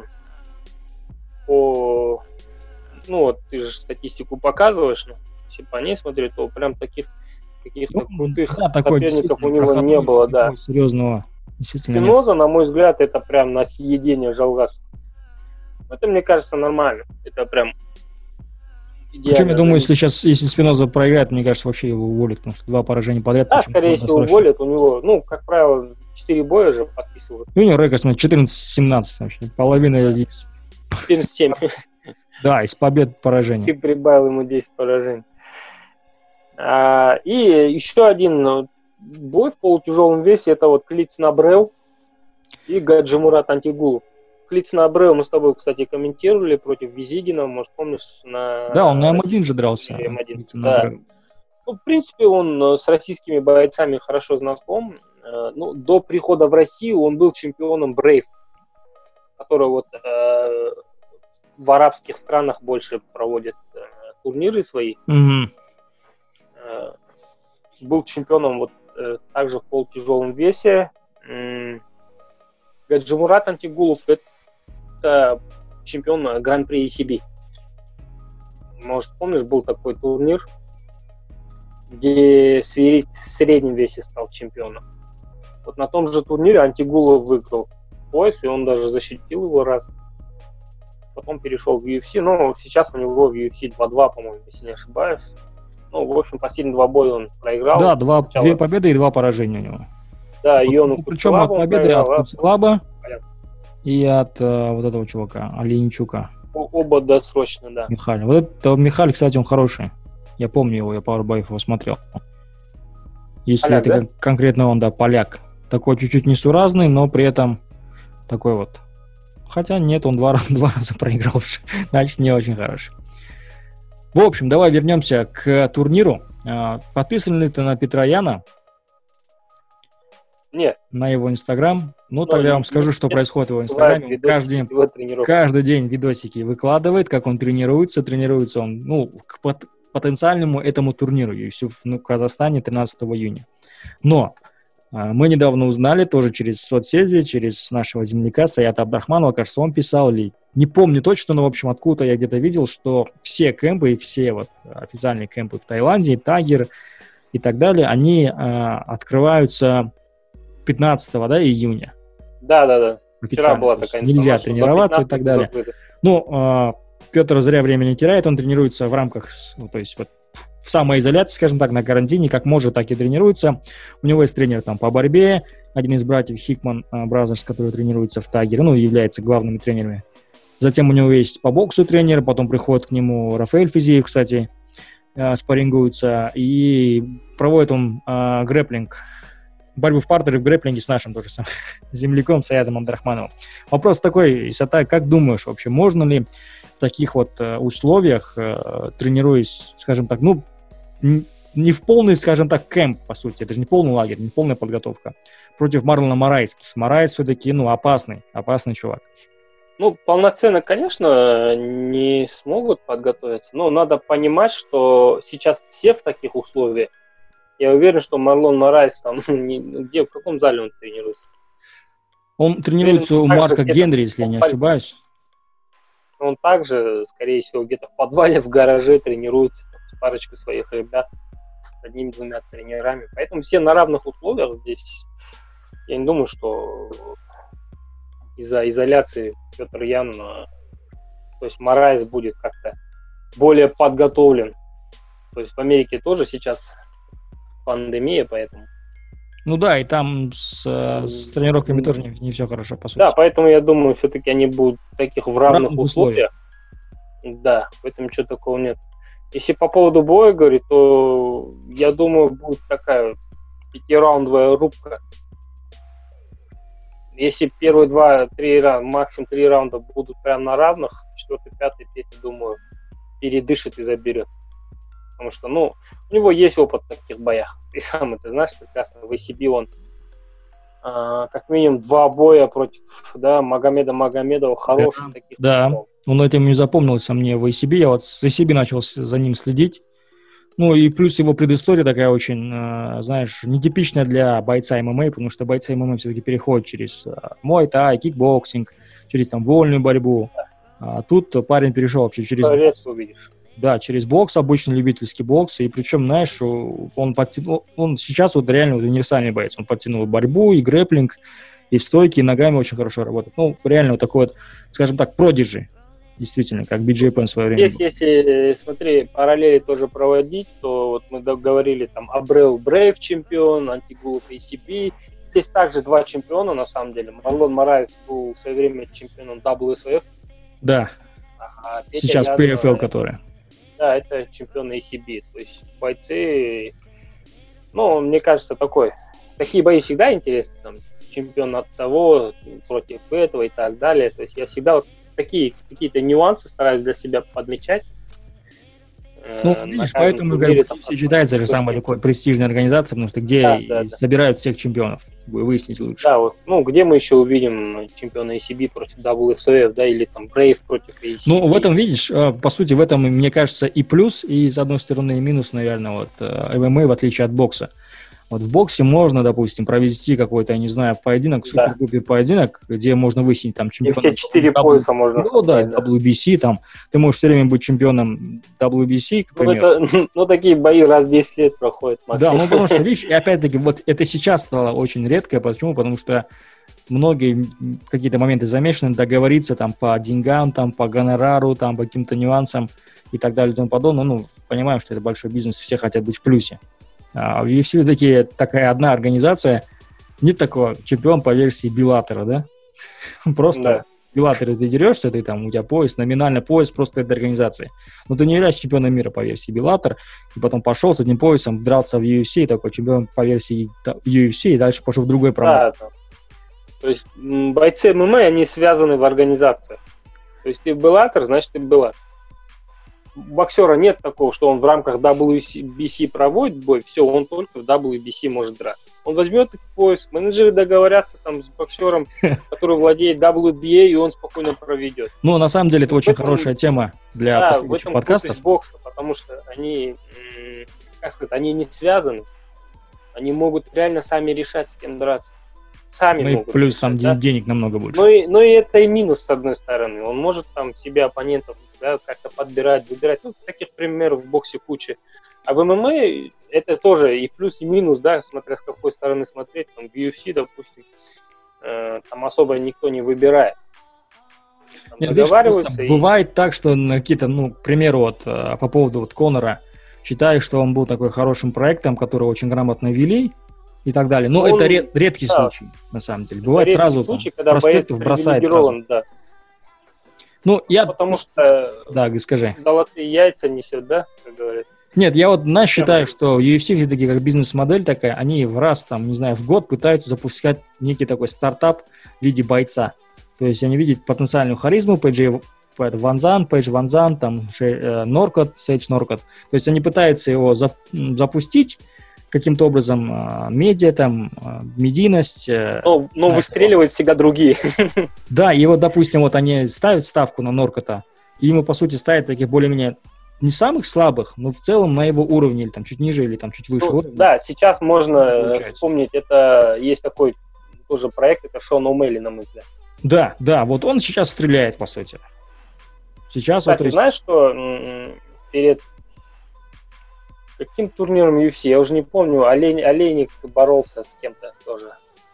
S2: по... Ну, вот ты же статистику показываешь, но если по ней смотреть, то прям таких каких-то ну, крутых да, соперников у него не было, да.
S1: Серьезного.
S2: Спиноза, на мой взгляд, это прям на съедение Жалгаса. Это, мне кажется, нормально. Это прям идеально.
S1: Причем, я думаю, если сейчас, если Спиноза проиграет, мне кажется, вообще его уволят, потому что два поражения подряд.
S2: Да, скорее всего, уволят. У него, ну, как правило, четыре боя же подписывают.
S1: У него рекорд четырнадцать-семнадцать вообще. Половина из...
S2: четырнадцать семь.
S1: Да, из побед поражений.
S2: И прибавил ему десять поражений. А, и еще один бой в полутяжелом весе, это вот Клицн Абрел и Гаджимурат Антигулов. Клицн Абрел мы с тобой, кстати, комментировали против Визигина, может, помнишь? На...
S1: Да, он на эм один же дрался.
S2: эм один. Да. Ну, в принципе, он с российскими бойцами хорошо знаком. Ну, до прихода в Россию он был чемпионом Брейв, который вот э, в арабских странах больше проводит э, турниры свои.
S1: Mm-hmm.
S2: Э, был чемпионом вот э, также в полутяжелом весе. М- Гаджимурат Антигулов это чемпион Гран-при и си би. Может, помнишь, был такой турнир, где Свирид в среднем весе стал чемпионом. Вот на том же турнире Антигулов выиграл пояс, и он даже защитил его раз. потом перешел в ю эф си, ну, сейчас у него в ю эф си два-два, по-моему, если не ошибаюсь. Ну, в общем, последние два боя он проиграл.
S1: Да, два,
S2: Сначала...
S1: две победы и два поражения у него.
S2: Да, и он
S1: ну, причем от победы проиграл, от Куцелаба и от э, вот этого чувака, Оленичука.
S2: Оба досрочно, да.
S1: Михаль. Вот это Михаль, кстати, он хороший. Я помню его, я пару боев его смотрел. Если поляк, это да? конкретно он, да, поляк. Такой чуть-чуть несуразный, но при этом такой вот. Хотя нет, он два, два раза проиграл уже. Значит, не очень хороший. В общем, давай вернемся к турниру. Подписан ли ты на Петра Яна?
S2: Нет.
S1: На его Инстаграм? Ну, но тогда я вам скажу, что происходит в его Инстаграме. Каждый, каждый день видосики выкладывает, как он тренируется. Тренируется он, ну, к пот- потенциальному этому турниру ю эф си в Казахстане тринадцатого июня. Но а, мы недавно узнали, тоже через соцсети, через нашего земляка Саята Абдрахманова, кажется, он писал, или не помню точно, но, в общем, откуда я где-то видел, что все кемпы и все вот официальные кемпы в Таиланде, Тагер и так далее, они а, открываются пятнадцатого, да, июня.
S2: Да, да, да. Вчера была такая информация.
S1: Нельзя тренироваться и так далее. Ну, а, Петр зря время не теряет, он тренируется в рамках, ну, то есть вот в самоизоляции, скажем так, на карантине, как может, так и тренируется. У него есть тренер там по борьбе, один из братьев Хикман Бразерс, который тренируется в Тагере, ну, является главными тренерами. Затем у него есть по боксу тренер, потом приходит к нему Рафаэль Физиев, кстати, спаррингуется, и проводит он а, грэпплинг, борьбу в партере в грэпплинге с нашим тоже самым земляком Саятом Абдрахмановым. Вопрос такой, Исатай, как думаешь вообще, можно ли в таких вот э, условиях, э, тренируясь, скажем так, ну, не в полный, скажем так, кемп, по сути, это же не полный лагерь, не полная подготовка, против Марлона Мораиса, потому что Мораис все-таки, ну, опасный, опасный чувак.
S2: Ну, полноценно, конечно, не смогут подготовиться, но надо понимать, что сейчас все в таких условиях. Я уверен, что Марлон Мораис там, где, в каком зале он тренируется?
S1: Он тренируется у Марка Генри, если я не ошибаюсь.
S2: Он также, скорее всего, где-то в подвале, в гараже тренируется там, с парочкой своих ребят, с одними-двумя тренерами. Поэтому все на равных условиях здесь. Я не думаю, что из-за изоляции Петр Ян, то есть Мораис будет как-то более подготовлен. То есть в Америке тоже сейчас пандемия, поэтому.
S1: Ну да, и там с, с тренировками тоже не, не все хорошо, по сути.
S2: Да, поэтому я думаю, все-таки они будут таких в равных, в равных условиях. условиях. Да, поэтому ничего такого нет. Если по поводу боя говорить, то я думаю, будет такая пятираундовая рубка. Если первые два, три раунда, максимум три раунда будут прям на равных, четвертый, пятый, пятый, думаю, передышит и заберет. Потому что, ну, у него есть опыт в таких боях. Ты сам это знаешь прекрасно. В эй си би он а, как минимум два боя против, да, Магомеда Магомедова, хороших
S1: да,
S2: таких.
S1: Да, боев. Он этим не запомнился мне в эй си би. Я вот с эй си би начал за ним следить. Ну и плюс его предыстория такая очень, знаешь, нетипичная для бойца эм эм а, потому что бойцы эм эм а все-таки переходят через мой тай, кикбоксинг, через там вольную борьбу. А тут парень перешел вообще через...
S2: Редко увидишь.
S1: Да, через бокс, обычный любительский бокс, и причем, знаешь, он подтянул, он сейчас вот реально универсальный боец, он подтянул и борьбу, и грэпплинг, и стойки, и ногами очень хорошо работает. Ну, реально вот такой вот, скажем так, продиджи, действительно, как би джей Penn в свое время.
S2: Здесь, если, смотри, параллели тоже проводить, то вот мы говорили, там, Абрел Брейв чемпион, Антигулов эй си би, здесь также два чемпиона, на самом деле. Марлон Мораис был в свое время чемпионом дабл ю эс эф.
S1: Да,
S2: а
S1: сейчас пи эф эл, который...
S2: Да, это чемпион эй си би. То есть бойцы, ну, мне кажется, такой. Такие бои всегда интересны. Там, чемпион от того, против этого и так далее. То есть я всегда вот такие какие-то нюансы стараюсь для себя подмечать.
S1: Ну, видишь, поэтому турнире, как бы, все считается же самой такой престижной организацией, потому что где да, да, да. собирают всех чемпионов, выяснить лучше.
S2: Да, вот, ну, где мы еще увидим чемпиона эй си би против дабл ю эс эф, да, или там Брейв против эй си би.
S1: Ну, в этом, видишь, по сути, в этом, мне кажется, и плюс, и, с одной стороны, и минус, наверное, вот, эм эм а, в отличие от бокса. Вот в боксе можно, допустим, провести какой-то, я не знаю, поединок, супер-пупер поединок, где можно выяснить там чемпиона.
S2: И все четыре пояса можно
S1: сказать. Ну да, дабл ю би си, там, ты можешь все время быть чемпионом дабл ю би си, к
S2: примеру. Ну, это, ну такие бои раз в десять лет проходят,
S1: Максим. Да, ну потому что, видишь, и опять-таки, вот это сейчас стало очень редко, почему? Потому что многие какие-то моменты замешаны, договориться там по деньгам, там по гонорару, там по каким-то нюансам и так далее и тому подобное. Ну, понимаем, что это большой бизнес, все хотят быть в плюсе. А в ю эф си все-таки такая одна организация, нет такого чемпион по версии Беллатора, да? Просто
S2: Да.
S1: в Беллаторе ты дерешься, ты там, у тебя пояс, номинально пояс просто этой организации. Но ты не являешься чемпионом мира по версии Беллатор, и потом пошел с этим поясом, дрался в ю эф си, такой чемпион по версии ю эф си, и дальше пошел в другой промоушен.
S2: Да, то есть бойцы эм эм а, они связаны в организациях. То есть ты Беллатор, значит ты Беллатор. У боксера нет такого, что он в рамках дабл ю би си проводит бой, все, он только в дабл ю би си может драться. Он возьмет этот пояс, менеджеры договорятся там с боксером, который владеет дабл ю би эй, и он спокойно проведет.
S1: Ну, на самом деле, это очень
S2: этом,
S1: хорошая тема для
S2: да,
S1: последующих
S2: в этом
S1: подкастов.
S2: бокса, потому что они, как сказать, они не связаны, они могут реально сами решать, с кем драться. Сами
S1: ну и
S2: могут
S1: плюс
S2: решать,
S1: там
S2: да?
S1: денег намного больше.
S2: Ну и, ну и это и минус, с одной стороны. Он может там себе оппонентов, да, как-то подбирать, выбирать. Ну, таких примеров в боксе куча. А в эм эм а это тоже и плюс, и минус, да, смотря с какой стороны смотреть. Там, в ю эф си, допустим, э, там особо никто не выбирает. Там
S1: Нет, видишь,
S2: договариваются. И...
S1: Бывает так, что на какие-то, ну, к примеру, вот по поводу вот Конора, считаешь, что он был такой хорошим проектом, который очень грамотно вели, и так далее. Но
S2: он,
S1: это ред, редкий
S2: да,
S1: случай, на самом деле. Бывает сразу,
S2: случай,
S1: там,
S2: когда
S1: проспектов бросает сразу.
S2: Да.
S1: Ну, я...
S2: Потому что
S1: да, скажи.
S2: Золотые яйца несет, да, как говорят.
S1: Нет, я вот, знаешь, считаю, что ю эф си все-таки как бизнес-модель такая, они в раз, там, не знаю, в год пытаются запускать некий такой стартап в виде бойца. То есть они видят потенциальную харизму, Пейдж Ван Зант, Пейдж Ван Зант, там, Норкот, Сейдж Норкот. То есть они пытаются его зап- запустить, каким-то образом медиа, там, медийность.
S2: Но, но выстреливают всегда другие.
S1: Да, и вот, допустим, вот они ставят ставку на Норкота, и ему, по сути, ставят таких более-менее не самых слабых, но в целом на его уровне, или там чуть ниже, или там чуть выше.
S2: Ну,
S1: уровня.
S2: Да, сейчас можно вспомнить, это есть такой тоже проект, это Шон О'Мэлли, на мой взгляд.
S1: Да, да, вот он сейчас стреляет, по сути. Сейчас
S2: Кстати,
S1: вот, есть...
S2: знаешь, что м- перед каким турниром ю эф си, я уже не помню, Олень, Олейник боролся с кем-то тоже.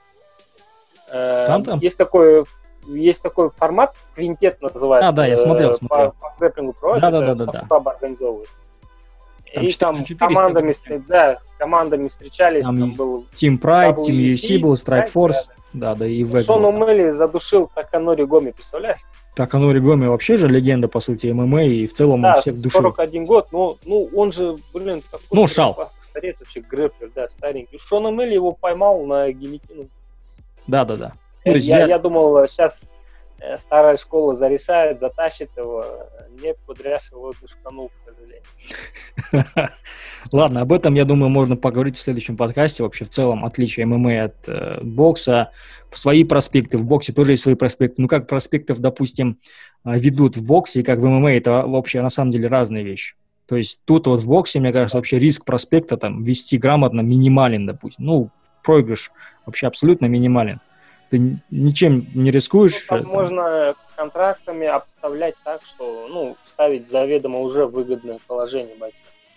S1: Там, там?
S2: Есть такой, есть такой формат, квинтет называется.
S1: А, да, я смотрел, смотрел.
S2: По, по грэпплингу Pro,
S1: да,
S2: это
S1: да, да, да,
S2: да. организовывает.
S1: Там
S2: и там командами, да, командами встречались.
S1: Там,
S2: там был
S1: Team Pride, Team ю эф си был, Strike Force. Да, да, и
S2: в Шон О'Мэлли задушил Таканори Гоми, представляешь?
S1: Таканори Гоми вообще же легенда, по сути, эм эм а, и в целом
S2: да,
S1: он всех душил.
S2: сорок один год, ну, ну он же, блин, такой
S1: ну, шал.
S2: старец, вообще грэпплер, да, старенький. Шон О'Мэлли его поймал на гильотину.
S1: Да, да, да.
S2: Я, я... я думал, сейчас старая школа зарешает, затащит его. Нет, Кудряш его душканул, к сожалению.
S1: Ладно, об этом, я думаю, можно поговорить в следующем подкасте. Вообще, в целом, отличие эм эм а от э, бокса. Свои проспекты. В боксе тоже есть свои проспекты. Ну, как проспектов, допустим, ведут в боксе, и как в эм эм а, это вообще, на самом деле, разные вещи. То есть тут вот в боксе, мне кажется, вообще риск проспекта там вести грамотно минимален, допустим. Ну, проигрыш вообще абсолютно минимален. Ты ничем не рискуешь.
S2: Ну, там можно контрактами обставлять так, что, ну, ставить заведомо уже выгодное положение бойца.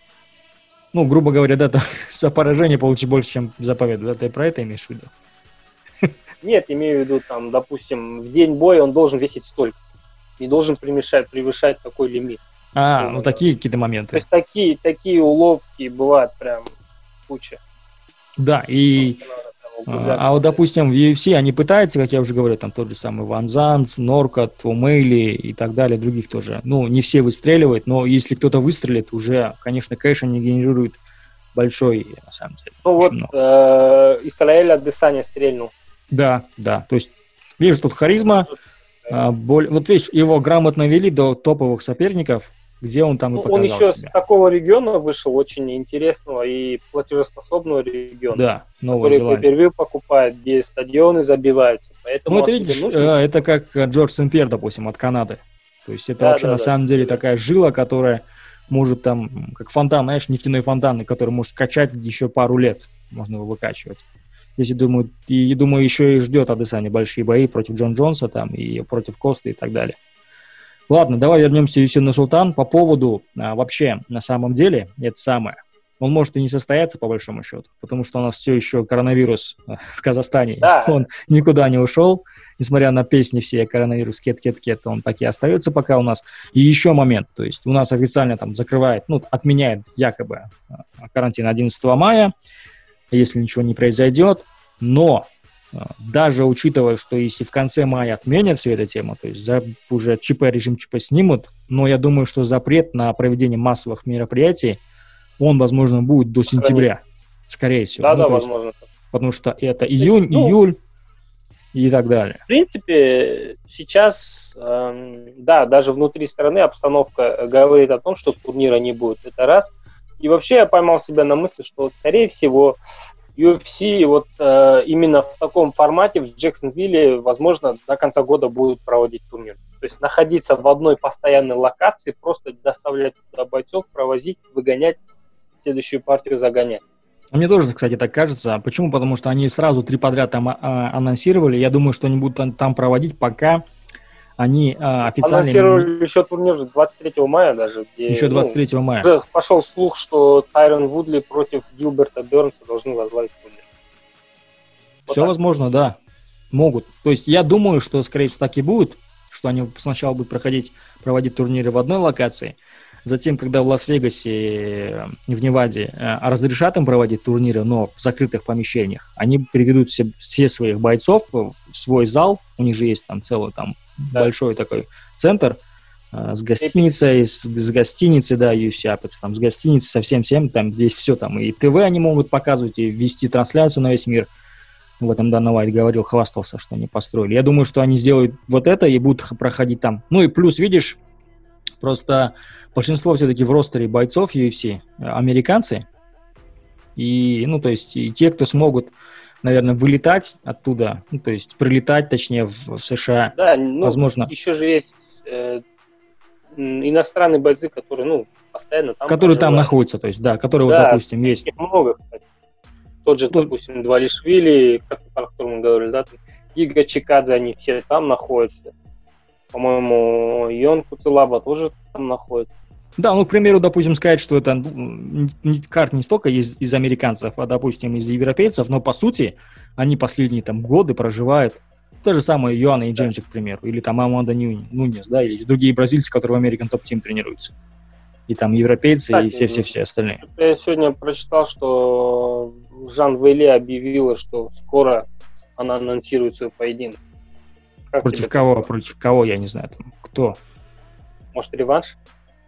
S1: Ну, грубо говоря, да, за поражение получишь больше, чем за победу. Да, ты про это имеешь в виду?
S2: Нет, имею в виду, там, допустим, в день боя он должен весить столько. Не должен превышать, превышать такой лимит.
S1: А, ну, ну такие какие-то моменты.
S2: То есть такие, такие уловки бывают прям куча.
S1: Да, и... А, а вот, допустим, в ю эф си они пытаются, как я уже говорил, там тот же самый Ван Зант, Норкот, О'Мэлли и так далее, других тоже. Ну, не все выстреливают, но если кто-то выстрелит, уже, конечно, кэш они генерируют большой, на самом деле.
S2: Ну вот э, Исраэль Адесаня стрельнул.
S1: Да, да, то есть, видишь, тут харизма, а, боль... вот видишь, его грамотно вели до топовых соперников, где он там ну, и показал
S2: Он еще
S1: себя.
S2: С такого региона вышел, очень интересного и платежеспособного региона.
S1: Да, Новая Зеландия.
S2: Который пей-пер-вью покупает, где стадионы забиваются. Поэтому
S1: ну, это, видишь, нужно... это как Джордж Сен-Пьер, допустим, от Канады. То есть это да, вообще да, на да, самом да. деле такая жила, которая может там, как фонтан, знаешь, нефтяной фонтан, который может качать еще пару лет, можно его выкачивать. Здесь, я думаю, и, думаю, еще и ждет Адесanya большие бои против Джон Джонса там, и против Коста и так далее. Ладно, давай вернемся еще на Султан по поводу а, вообще, на самом деле, это самое. он может и не состояться, по большому счету, потому что у нас все еще коронавирус в Казахстане.
S2: Да.
S1: Он никуда не ушел, несмотря на песни все коронавирус, кет-кет-кет, он так и остается пока у нас. И еще момент, то есть у нас официально там закрывает, ну, отменяет якобы карантин одиннадцатого мая, если ничего не произойдет, но даже учитывая, что если в конце мая отменят всю эту тему, то есть за, уже ЧП, режим ЧП снимут, но я думаю, что запрет на проведение массовых мероприятий, он, возможно, будет до сентября, скорее всего.
S2: Да,
S1: ну,
S2: да,
S1: есть,
S2: возможно.
S1: потому что это июнь, есть, ну, июль и так далее.
S2: В принципе, сейчас, э, да, даже внутри страны обстановка говорит о том, что турнира не будет. Это раз. И вообще я поймал себя на мысли, что, скорее всего, ю эф си вот э, именно в таком формате в Джексонвилле, возможно, до конца года будут проводить турнир. То есть находиться в одной постоянной локации, просто доставлять туда бойцов, провозить, выгонять, следующую партию загонять.
S1: Мне тоже, кстати, так кажется. Почему? Потому что они сразу три подряд там а, анонсировали. Я думаю, что они будут там, там проводить, пока они а, официально...
S2: Анонсировали еще турнир двадцать третьего мая даже. Где,
S1: еще двадцать третьего
S2: ну,
S1: мая.
S2: Уже пошел слух, что Тайрон Вудли против Гилберта Бернса должны возглавить турнир. Вот
S1: Все
S2: так.
S1: возможно, да. Могут. То есть я думаю, что, скорее всего, так и будет, что они сначала будут проходить, проводить турниры в одной локации, затем, когда в Лас-Вегасе, в Неваде, разрешат им проводить турниры, но в закрытых помещениях, они приведут все, все своих бойцов в свой зал, у них же есть там целый там да. большой такой центр с гостиницей, с, с гостиницей, да, ю эф си Apex, там, с гостиницей, со всем-всем, там здесь все, там и ТВ они могут показывать, и вести трансляцию на весь мир. В этом Дана Уайт говорил, хвастался, что они построили. Я думаю, что они сделают вот это и будут проходить там. Ну и плюс, видишь, просто большинство все-таки в ростере бойцов ю эф си американцы. И, ну, то есть, и те, кто смогут, наверное, вылетать оттуда, ну, то есть, прилетать, точнее, в, в США.
S2: Да, ну,
S1: возможно.
S2: Еще же есть э, иностранные бойцы, которые, ну, постоянно там
S1: Которые
S2: проживают.
S1: там находятся, то есть, да, которые,
S2: да,
S1: вот, допустим, есть.
S2: Их много, кстати. Тот же,
S1: Тот...
S2: допустим, Двалишвили, как, о котором мы говорили, да, Гига Чикадзе, они все там находятся. По-моему, Йон Куцелаба тоже там находится.
S1: Да, ну, к примеру, допустим, сказать, что это карт не столько из, из американцев, а, допустим, из европейцев, но, по сути, они последние там годы проживают. То же самое Йоанна и Джемчик, к примеру, или там Аманда Нунес, да, или другие бразильцы, которые в American Top Team тренируются. И там европейцы, кстати, и все-все-все остальные.
S2: Я сегодня прочитал, что Жан Вейле объявила, что скоро она анонсирует свой поединок.
S1: Как Против кого? Такое? Против кого, я не знаю. Там, кто?
S2: Может, реванш?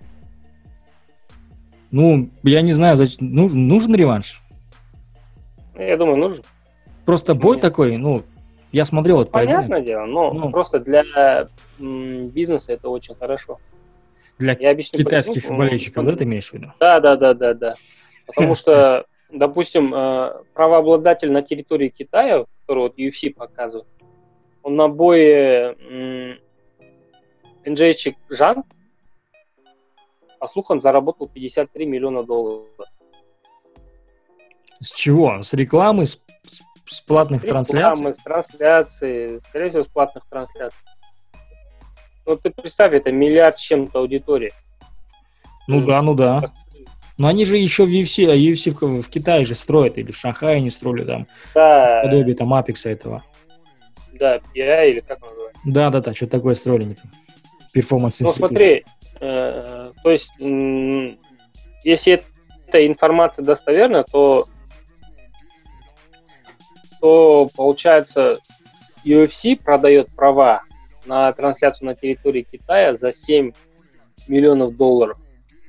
S1: Ну, я не знаю, зачем. Ну, нужен реванш?
S2: Я думаю, нужен.
S1: Просто Почему бой нет? такой, ну, я смотрел этот поединок.
S2: Понятное дело, но ну, просто для м, бизнеса это очень хорошо.
S1: Для я объясню, китайских почему. болельщиков, да, ты имеешь в виду?
S2: Да, да, да, да, да. Потому что, допустим, правообладатель на территории Китая, который вот ю эф си показывает, он на бое Энджейчик Жан, по слухам, заработал пятьдесят три миллиона долларов.
S1: С чего? С рекламы, с, с платных с трансляций? С рекламы,
S2: с трансляций, скорее всего, с платных трансляций. Ну, ты представь, это миллиард с чем-то аудитории.
S1: Ну да, ну да. Но они же еще в ю эф си, а ю эф си в, в Китае же строят, или в Шанхае они строили там,
S2: да.
S1: подобие там Апекса этого.
S2: Да, пи ай или как называется?
S1: Да, да, да, что-то такое строили. Перформанс
S2: Ну смотри, э, то есть, э, если эта информация достоверна, то, то получается, ю эф си продает права на трансляцию на территории Китая за семь миллионов долларов.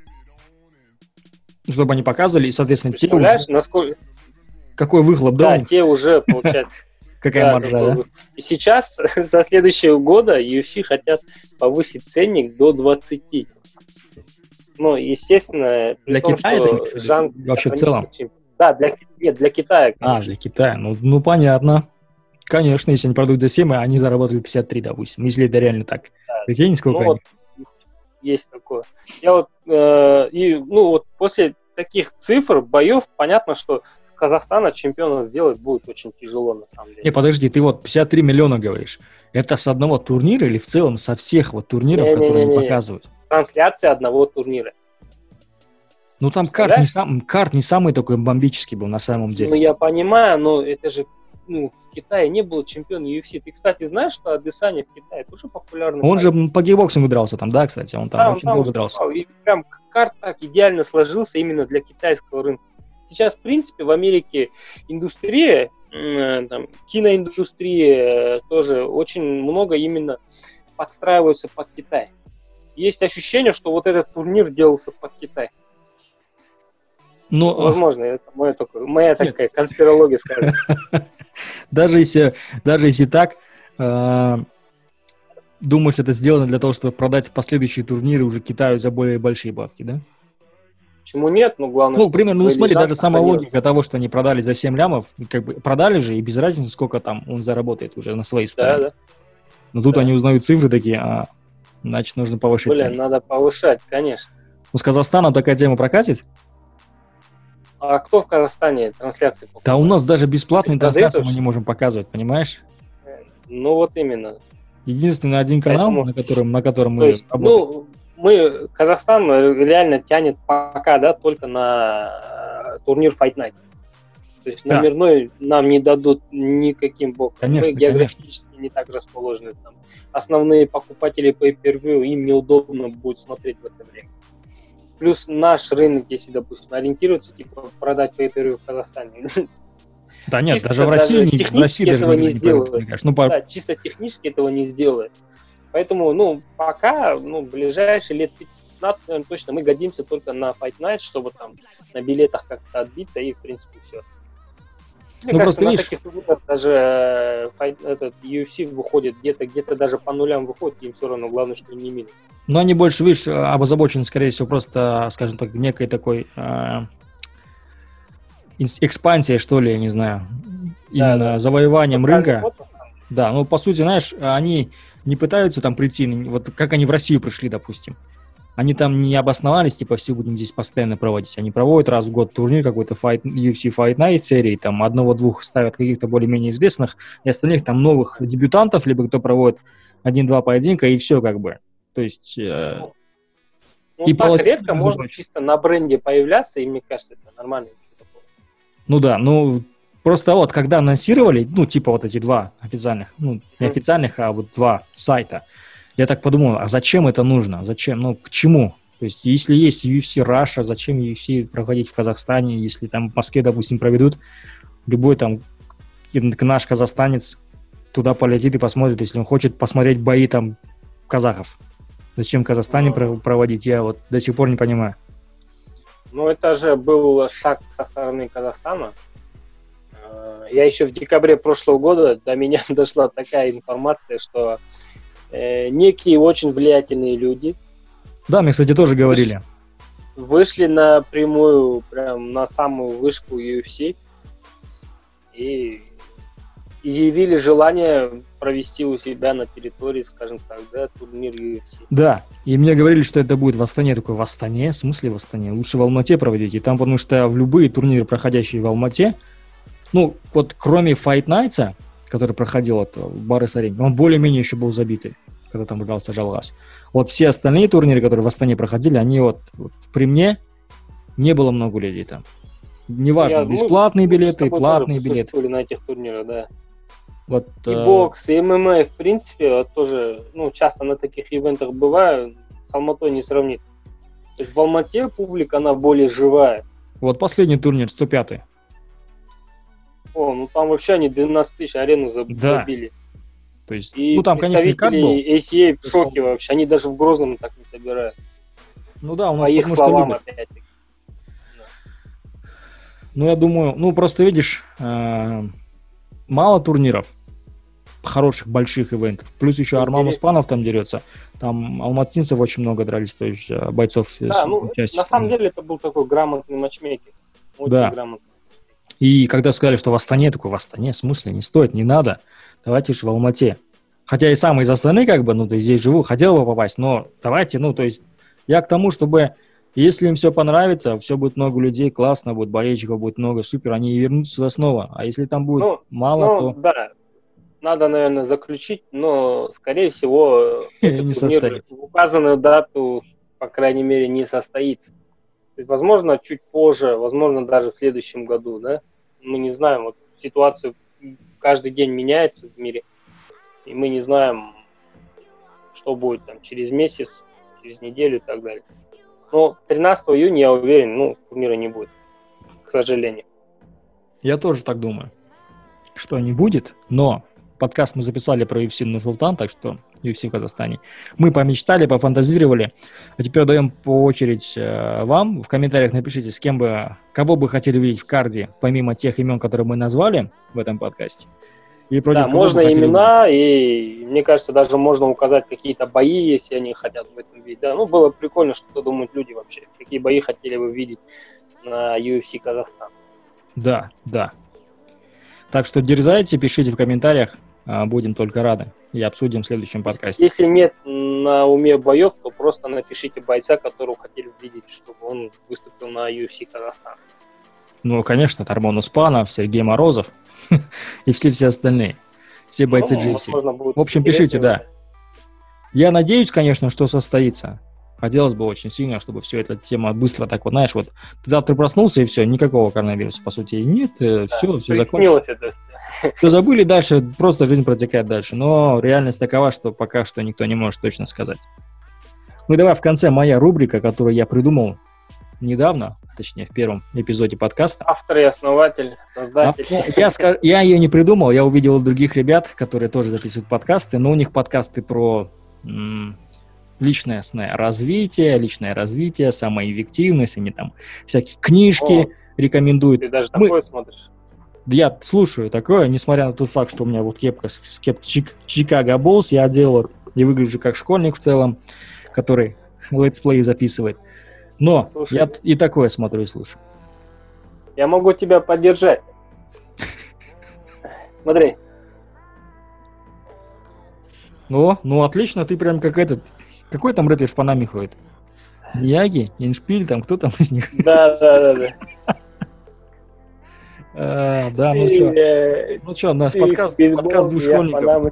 S1: Чтобы они показывали, и, соответственно, те
S2: уже...
S1: насколько... Какой выхлоп, да?
S2: Да, те уже, получается...
S1: Какая маржа, да?
S2: И сейчас, со следующего года, ю эф си хотят повысить ценник до двадцати. Ну, естественно...
S1: Для том, Китая это Жан... вообще в целом?
S2: Да, для, нет, для Китая.
S1: Конечно. А, для Китая. Ну, ну, понятно. Конечно, если они продают до семь, они заработают пятьдесят три, допустим. Если это реально так.
S2: Да.
S1: Прикинь, сколько
S2: ну,
S1: они?
S2: Вот, есть такое. Я вот, э, и, ну, вот после таких цифр, боев, понятно, что с Казахстана чемпиона сделать будет очень тяжело, на самом деле.
S1: Не, подожди, ты вот пятьдесят три миллиона говоришь. Это с одного турнира или в целом со всех вот турниров, не, которые не, не, они
S2: не,
S1: показывают?
S2: С трансляции одного турнира.
S1: Ну, там карт не, сам, карт не самый такой бомбический был на самом деле.
S2: Ну, я понимаю, но это же, ну, в Китае не было чемпиона ю эф си. Ты, кстати, знаешь, что Адесanya в Китае тоже популярный?
S1: Он
S2: парень.
S1: же по гейбоксингу дрался там, да, кстати? Он там
S2: да,
S1: очень
S2: он
S1: долго
S2: там
S1: дрался.
S2: И прям карт так идеально сложился именно для китайского рынка. Сейчас, в принципе, в Америке индустрия, там, киноиндустрия тоже очень много именно подстраиваются под Китай. Есть ощущение, что вот этот турнир делался под Китай.
S1: Ну,
S2: возможно, это моя, такая, моя такая конспирология, скажем.
S1: Даже если, даже если так, э, думаешь, это сделано для того, чтобы продать последующие турниры уже Китаю за более большие бабки, да?
S2: Почему нет? Ну, главное,
S1: ну, примерно, ну, смотри, даже сама
S2: сохранилось.
S1: логика того, что они продали за семь лямов, как бы продали же, и без разницы, сколько там он заработает уже на своей стороне.
S2: Да, да.
S1: Но тут
S2: да.
S1: они узнают цифры такие, а значит, нужно повышать
S2: Блин,
S1: цены.
S2: надо повышать, конечно.
S1: Ну, с Казахстаном такая тема прокатит?
S2: А кто в Казахстане трансляции покупает?
S1: Да у нас даже бесплатные трансляции мы
S2: тоже?
S1: не можем показывать, понимаешь?
S2: Ну, вот именно.
S1: Единственный один канал,
S2: Поэтому,
S1: на котором, на котором мы
S2: есть,
S1: работаем.
S2: Ну, мы, Казахстан реально тянет пока, да, только на турнир Fight Night. То есть
S1: Да.
S2: номерной нам не дадут никаким боком.
S1: Конечно,
S2: мы географически
S1: конечно.
S2: не так расположены. Там. Основные покупатели pay-per-view, им неудобно будет смотреть в это время. Плюс наш рынок, если, допустим, ориентируется, типа, продать pay-per-view в Казахстане.
S1: Да нет,
S2: чисто
S1: даже в России,
S2: даже
S1: не, в России даже
S2: этого не
S1: не поймут,
S2: сделают.
S1: мне кажется. Ну, по...
S2: Да, чисто технически этого не сделает. Поэтому, ну, пока, ну, ближайшие лет пятнадцать, наверное, точно мы годимся только на Fight Night, чтобы там на билетах как-то отбиться, и, в принципе, все. Мне
S1: Ну,
S2: кажется,
S1: просто
S2: на
S1: видишь...
S2: таких турнирах даже fight, этот, ю эф си выходит где-то, где-то даже по нулям выходит, им все равно, главное, что не минус.
S1: Но они больше, видишь, обозабочены, скорее всего, просто, скажем так, некой такой э, экспансией, что ли, я не знаю, именно
S2: Да, да.
S1: завоеванием
S2: Вот
S1: рынка.
S2: вот,
S1: Да, ну, по сути, знаешь, они не пытаются там прийти, вот как они в Россию пришли, допустим. Они там не обосновались, типа, все будем здесь постоянно проводить. Они проводят раз в год турнир какой-то fight, ю эф си Fight Night серии, там одного-двух ставят каких-то более-менее известных, и остальных там новых дебютантов, либо кто проводит один-два поединка, и все как бы. То есть... Э,
S2: ну,
S1: и
S2: так редко
S1: задачу.
S2: можно чисто на бренде появляться, и мне кажется, это нормально.
S1: Ну да, ну просто вот когда анонсировали, ну типа вот эти два официальных, ну не официальных, а вот два сайта, я так подумал, а зачем это нужно? Зачем? Ну к чему? То есть если есть ю эф си Russia, зачем ю эф си проходить в Казахстане, если там в Москве, допустим, проведут, любой там наш казахстанец туда полетит и посмотрит, если он хочет посмотреть бои там казахов. Зачем в Казахстане mm-hmm. проводить, я вот до сих пор не понимаю.
S2: Ну, это же был шаг со стороны Казахстана. Я еще в декабре прошлого года, до меня дошла такая информация, что э, некие очень влиятельные люди...
S1: Да, мне, кстати, тоже говорили.
S2: Вышли на прямую, прям на самую вышку ю эф си и изъявили желание провести у себя на территории, скажем так, да, турнир ю эф си.
S1: Да, и мне говорили, что это будет в Астане. Я такой, в Астане? В смысле в Астане? Лучше в Алмате проводить. И там, потому что в любые турниры, проходящие в Алмате, ну, вот кроме Fight Night, который проходил вот, в Барыс-арене, он более-менее еще был забитый, когда там игрался Жалгас. Вот все остальные турниры, которые в Астане проходили, они вот, вот при мне не было много людей там. Неважно, Я, бесплатные мы, билеты, мы платные билеты.
S2: На этих турнирах, да.
S1: Вот,
S2: и э... бокс, и эм эм а, в принципе, вот тоже, ну, часто на таких ивентах бываю, с Алматой не сравнить. То есть в Алмате публика, она более живая.
S1: Вот последний турнир, сто пятый.
S2: О, ну там вообще они двенадцать тысяч арену забили.
S1: Да. То есть,
S2: и
S1: ну там, конечно, не как был.
S2: эй си эй в шоке вообще, они даже в Грозном так не собирают.
S1: Ну да, у нас
S2: по их словам опять-таки.
S1: Ну, я думаю, ну, просто видишь, э, мало турниров, хороших, больших ивентов. Плюс еще Арман Успанов там дерется. Там алматинцев очень много дрались, то есть бойцов.
S2: Да, ну, на самом деле это был такой грамотный матчмейкер. Очень
S1: да.
S2: грамотный.
S1: И когда сказали, что в Астане, я такой, в Астане, в смысле, не стоит, не надо. Давайте же в Алмате. Хотя и сам из Астаны, как бы, ну, то есть здесь живу, хотел бы попасть, но давайте, ну, то есть я к тому, чтобы... Если им все понравится, все будет много людей, классно будет, болельщиков будет много, супер, они вернутся сюда снова. А если там будет
S2: ну,
S1: мало,
S2: ну,
S1: то...
S2: Да, надо, наверное, заключить, но, скорее всего,
S1: не состоится.
S2: В указанную дату, по крайней мере, не состоится. возможно, чуть позже, возможно, даже в следующем году, да? Мы не знаем, вот ситуация каждый день меняется в мире, и мы не знаем, что будет там через месяц, через неделю и так далее. Но тринадцатого июня, я уверен, ну, турнира не будет, к сожалению.
S1: Я тоже так думаю, что не будет, но подкаст мы записали про ю эф си Нур-Султан, так что ю эф си в Казахстане. Мы помечтали, пофантазировали, а теперь даем по очередь э, вам. В комментариях напишите, с кем бы, кого бы хотели видеть в карде, помимо тех имен, которые мы назвали в этом подкасте. И против
S2: Да,
S1: кого
S2: можно
S1: бы хотели
S2: имена,
S1: увидеть.
S2: и мне кажется, даже можно указать какие-то бои, если они хотят в этом видеть. Да, ну, было прикольно, что думают люди вообще. Какие бои хотели бы видеть на ю эф си Казахстан.
S1: Да, да. Так что дерзайте, пишите в комментариях, будем только рады. И обсудим в следующем подкасте.
S2: Если нет на уме боев, то просто напишите бойца, которого хотели видеть, чтобы он выступил на ю эф си Казахстан.
S1: Ну, конечно, Тармон Успанов, Сергей Морозов и все-все остальные. Все бойцы
S2: ну,
S1: джи эф си.
S2: В
S1: общем, пишите, да. Я надеюсь, конечно, что состоится. Хотелось бы очень сильно, чтобы все эта тема быстро так вот, знаешь, вот ты завтра проснулся и все, никакого коронавируса, по сути, нет, да, все, все закончилось. Это. Все забыли, дальше просто жизнь протекает дальше. Но реальность такова, что пока что никто не может точно сказать. Ну и давай в конце моя рубрика, которую я придумал недавно, точнее в первом эпизоде подкаста.
S2: Автор и основатель, создатель.
S1: А, я, я ее не придумал, я увидел у других ребят, которые тоже записывают подкасты, но у них подкасты про м- личностное развитие, личное развитие, самоэффективность, они там всякие книжки О, рекомендуют.
S2: Ты даже Мы... такое смотришь?
S1: Я слушаю такое, несмотря на тот факт, что у меня вот кепка с кепка Chicago Bulls, я одел вот, и выгляжу как школьник в целом, который летсплей записывает. Но Слушай, я и такое смотрю и слушаю.
S2: Я могу тебя поддержать. Смотри.
S1: Ну, ну отлично, ты прям как этот... Какой там рэпер в Панаме ходит? Мияги, Иншпиль, там кто там из них?
S2: Да, да, да, да.
S1: А, да, ну что, ну что, наш подкаст, подкаст двух школьников.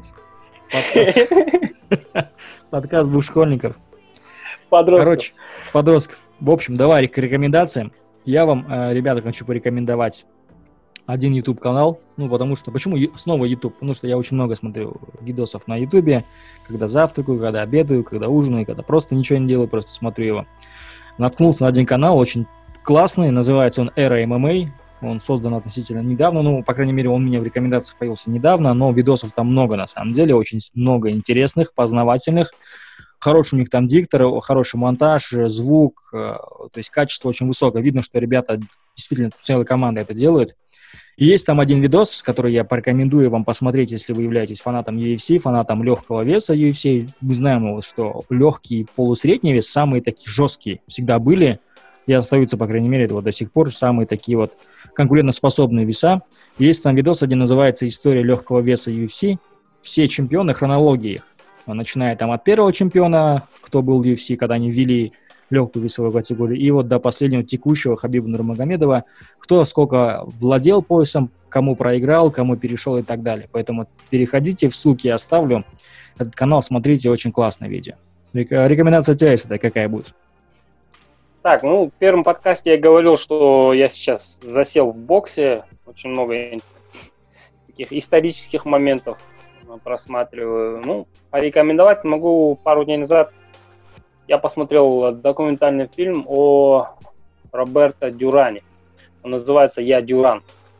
S1: Подкаст, подкаст двух школьников.
S2: Подростков.
S1: Короче, подростков. В общем, давай к рекомендациям. Я вам, ребята, хочу порекомендовать один YouTube-канал, ну, потому что, почему снова YouTube? Потому что я очень много смотрю видосов на YouTube, когда завтракаю, когда обедаю, когда ужинаю, когда просто ничего не делаю, просто смотрю его. Наткнулся на один канал, очень классный, называется он Era эм эм а. Он создан относительно недавно, ну, по крайней мере, он у меня в рекомендациях появился недавно, но видосов там много, на самом деле, очень много интересных, познавательных. Хороший у них там диктор, хороший монтаж, звук, то есть качество очень высокое. Видно, что ребята действительно целая команда это делают. И есть там один видос, который я порекомендую вам посмотреть, если вы являетесь фанатом ю эф си, фанатом легкого веса ю эф си. Мы знаем, что легкий и полусредний вес самые такие жесткие всегда были. И остаются, по крайней мере, вот до сих пор самые такие вот конкурентоспособные веса. Есть там видос один, называется «История легкого веса ю эф си». Все чемпионы, хронологии их. Начиная там от первого чемпиона, кто был в ю эф си, когда они ввели легкую весовую категорию, и вот до последнего текущего Хабиба Нурмагомедова, кто сколько владел поясом, кому проиграл, кому перешел и так далее. Поэтому переходите, в ссылке я оставлю этот канал, смотрите, очень классное видео. Рекомендация у тебя, если какая будет?
S2: Так, ну, в первом подкасте я говорил, что я сейчас засел в боксе, очень много таких исторических моментов просматриваю. Ну, порекомендовать могу. Пару дней назад я посмотрел документальный фильм о Роберто Дюране. Он называется «Я Дюран».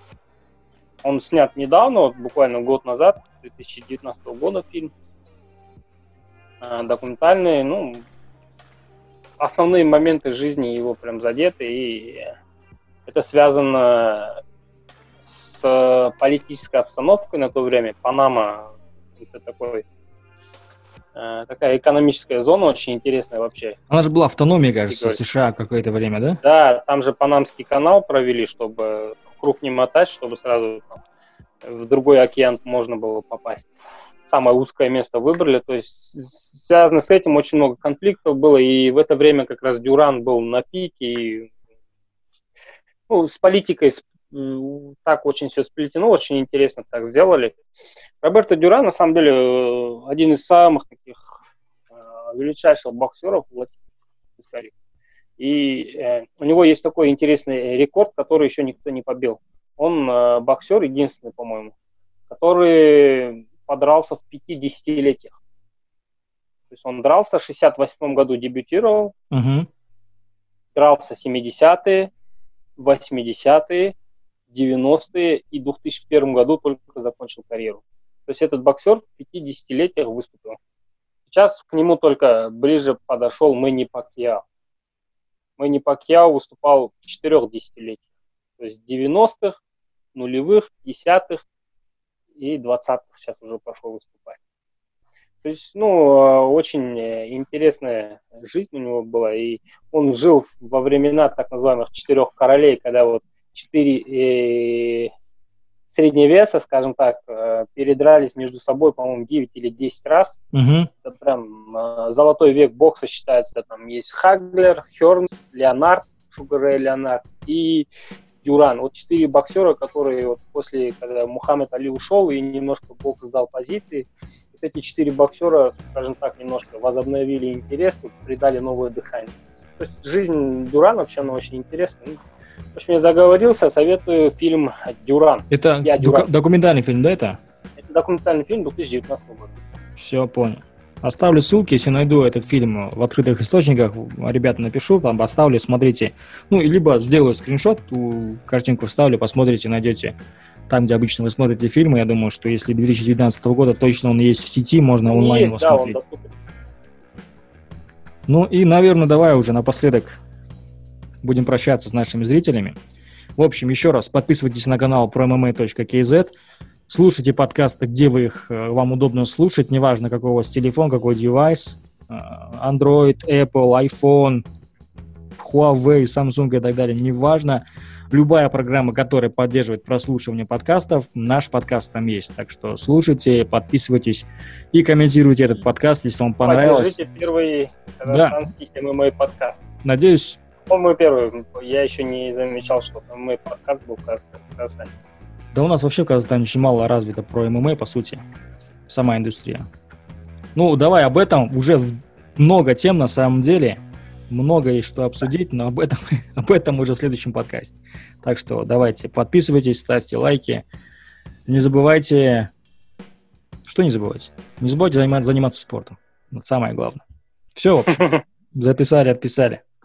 S2: Он снят недавно, вот буквально год назад, две тысячи девятнадцатого года фильм. Документальный, ну, основные моменты жизни его прям задеты, и это связано с политической обстановкой на то время. Панама — это такой, э, такая экономическая зона, очень интересная вообще.
S1: Она же была автономией, кажется, США какое-то время, да?
S2: Да, там же Панамский канал провели, чтобы круг не мотать, чтобы сразу там, в другой океан можно было попасть. Самое узкое место выбрали, то есть связано с этим очень много конфликтов было, и в это время как раз Дюран был на пике, и ну, с политикой так очень все сплетено, очень интересно так сделали. Роберто Дюран, на самом деле, один из самых таких величайших боксеров в Латинской И э, у него есть такой интересный рекорд, который еще никто не побил. Он э, боксер, единственный, по-моему, который подрался в пяти-десятилетиях. То есть он дрался, в шестьдесят восьмом году дебютировал,
S1: Угу.
S2: дрался семидесятые, восьмидесятые, девяностые и в две тысячи первом году только закончил карьеру. То есть этот боксер в пяти-десятилетиях выступил. Сейчас к нему только ближе подошел Мэнни Пакьяо. Мэнни Пакьяо выступал в четырех десятилетиях. То есть в девяностых, нулевых, десятых и двадцатых сейчас уже пошел выступать. То есть, ну, очень интересная жизнь у него была. И он жил во времена так называемых четырех королей, когда вот четыре э, среднего веса, скажем так, э, передрались между собой, по-моему, девять или десять раз.
S1: Угу.
S2: Это прям э, золотой век бокса считается. Там есть Хаглер, Хёрнс, Леонард, Шугар Рэй Леонард и Дюран. Вот четыре боксера, которые вот после, когда Мухаммед Али ушел и немножко бокс сдал позиции, вот эти четыре боксера, скажем так, немножко возобновили интерес, придали новое дыхание. То есть жизнь Дюрана вообще она очень интересная. В общем, я заговорился, советую фильм «Дюран».
S1: Это
S2: Я
S1: доку-
S2: Дюран.
S1: документальный фильм, да, это?
S2: Это документальный фильм две тысячи девятнадцатого года.
S1: Все, понял. Оставлю ссылки, если найду этот фильм в открытых источниках, ребята напишу, там поставлю, смотрите. Ну, и либо сделаю скриншот, ту картинку вставлю, посмотрите, найдете там, где обычно вы смотрите фильмы. Я думаю, что если две тысячи девятнадцатого года точно он есть в сети, можно онлайн
S2: Есть,
S1: его
S2: да,
S1: смотреть.
S2: он доступен.
S1: Ну и, наверное, давай уже напоследок будем прощаться с нашими зрителями. В общем, еще раз, подписывайтесь на канал про эм эм а точка кей зет. Слушайте подкасты, где вы их, вам удобно слушать, неважно, какой у вас телефон, какой девайс, Android, Apple, iPhone, Huawei, Samsung и так далее, неважно. Любая программа, которая поддерживает прослушивание подкастов, наш подкаст там есть. Так что слушайте, подписывайтесь и комментируйте этот подкаст, если вам понравилось.
S2: Поддержите первый казахстанский да. эм эм а подкаст.
S1: Надеюсь.
S2: По-моему, первый. Я еще не замечал, что эм эм а подкаст был в Казахстане.
S1: Да у нас вообще в Казахстане очень мало развито про эм эм а, по сути, сама индустрия. Ну, давай об этом. Уже много тем на самом деле. Много есть что обсудить, но об этом, об этом уже в следующем подкасте. Так что давайте, подписывайтесь, ставьте лайки. Не забывайте... Что не забывайте? Не забывайте заниматься, заниматься спортом. Это самое главное. Все, в общем. Записали, отписали.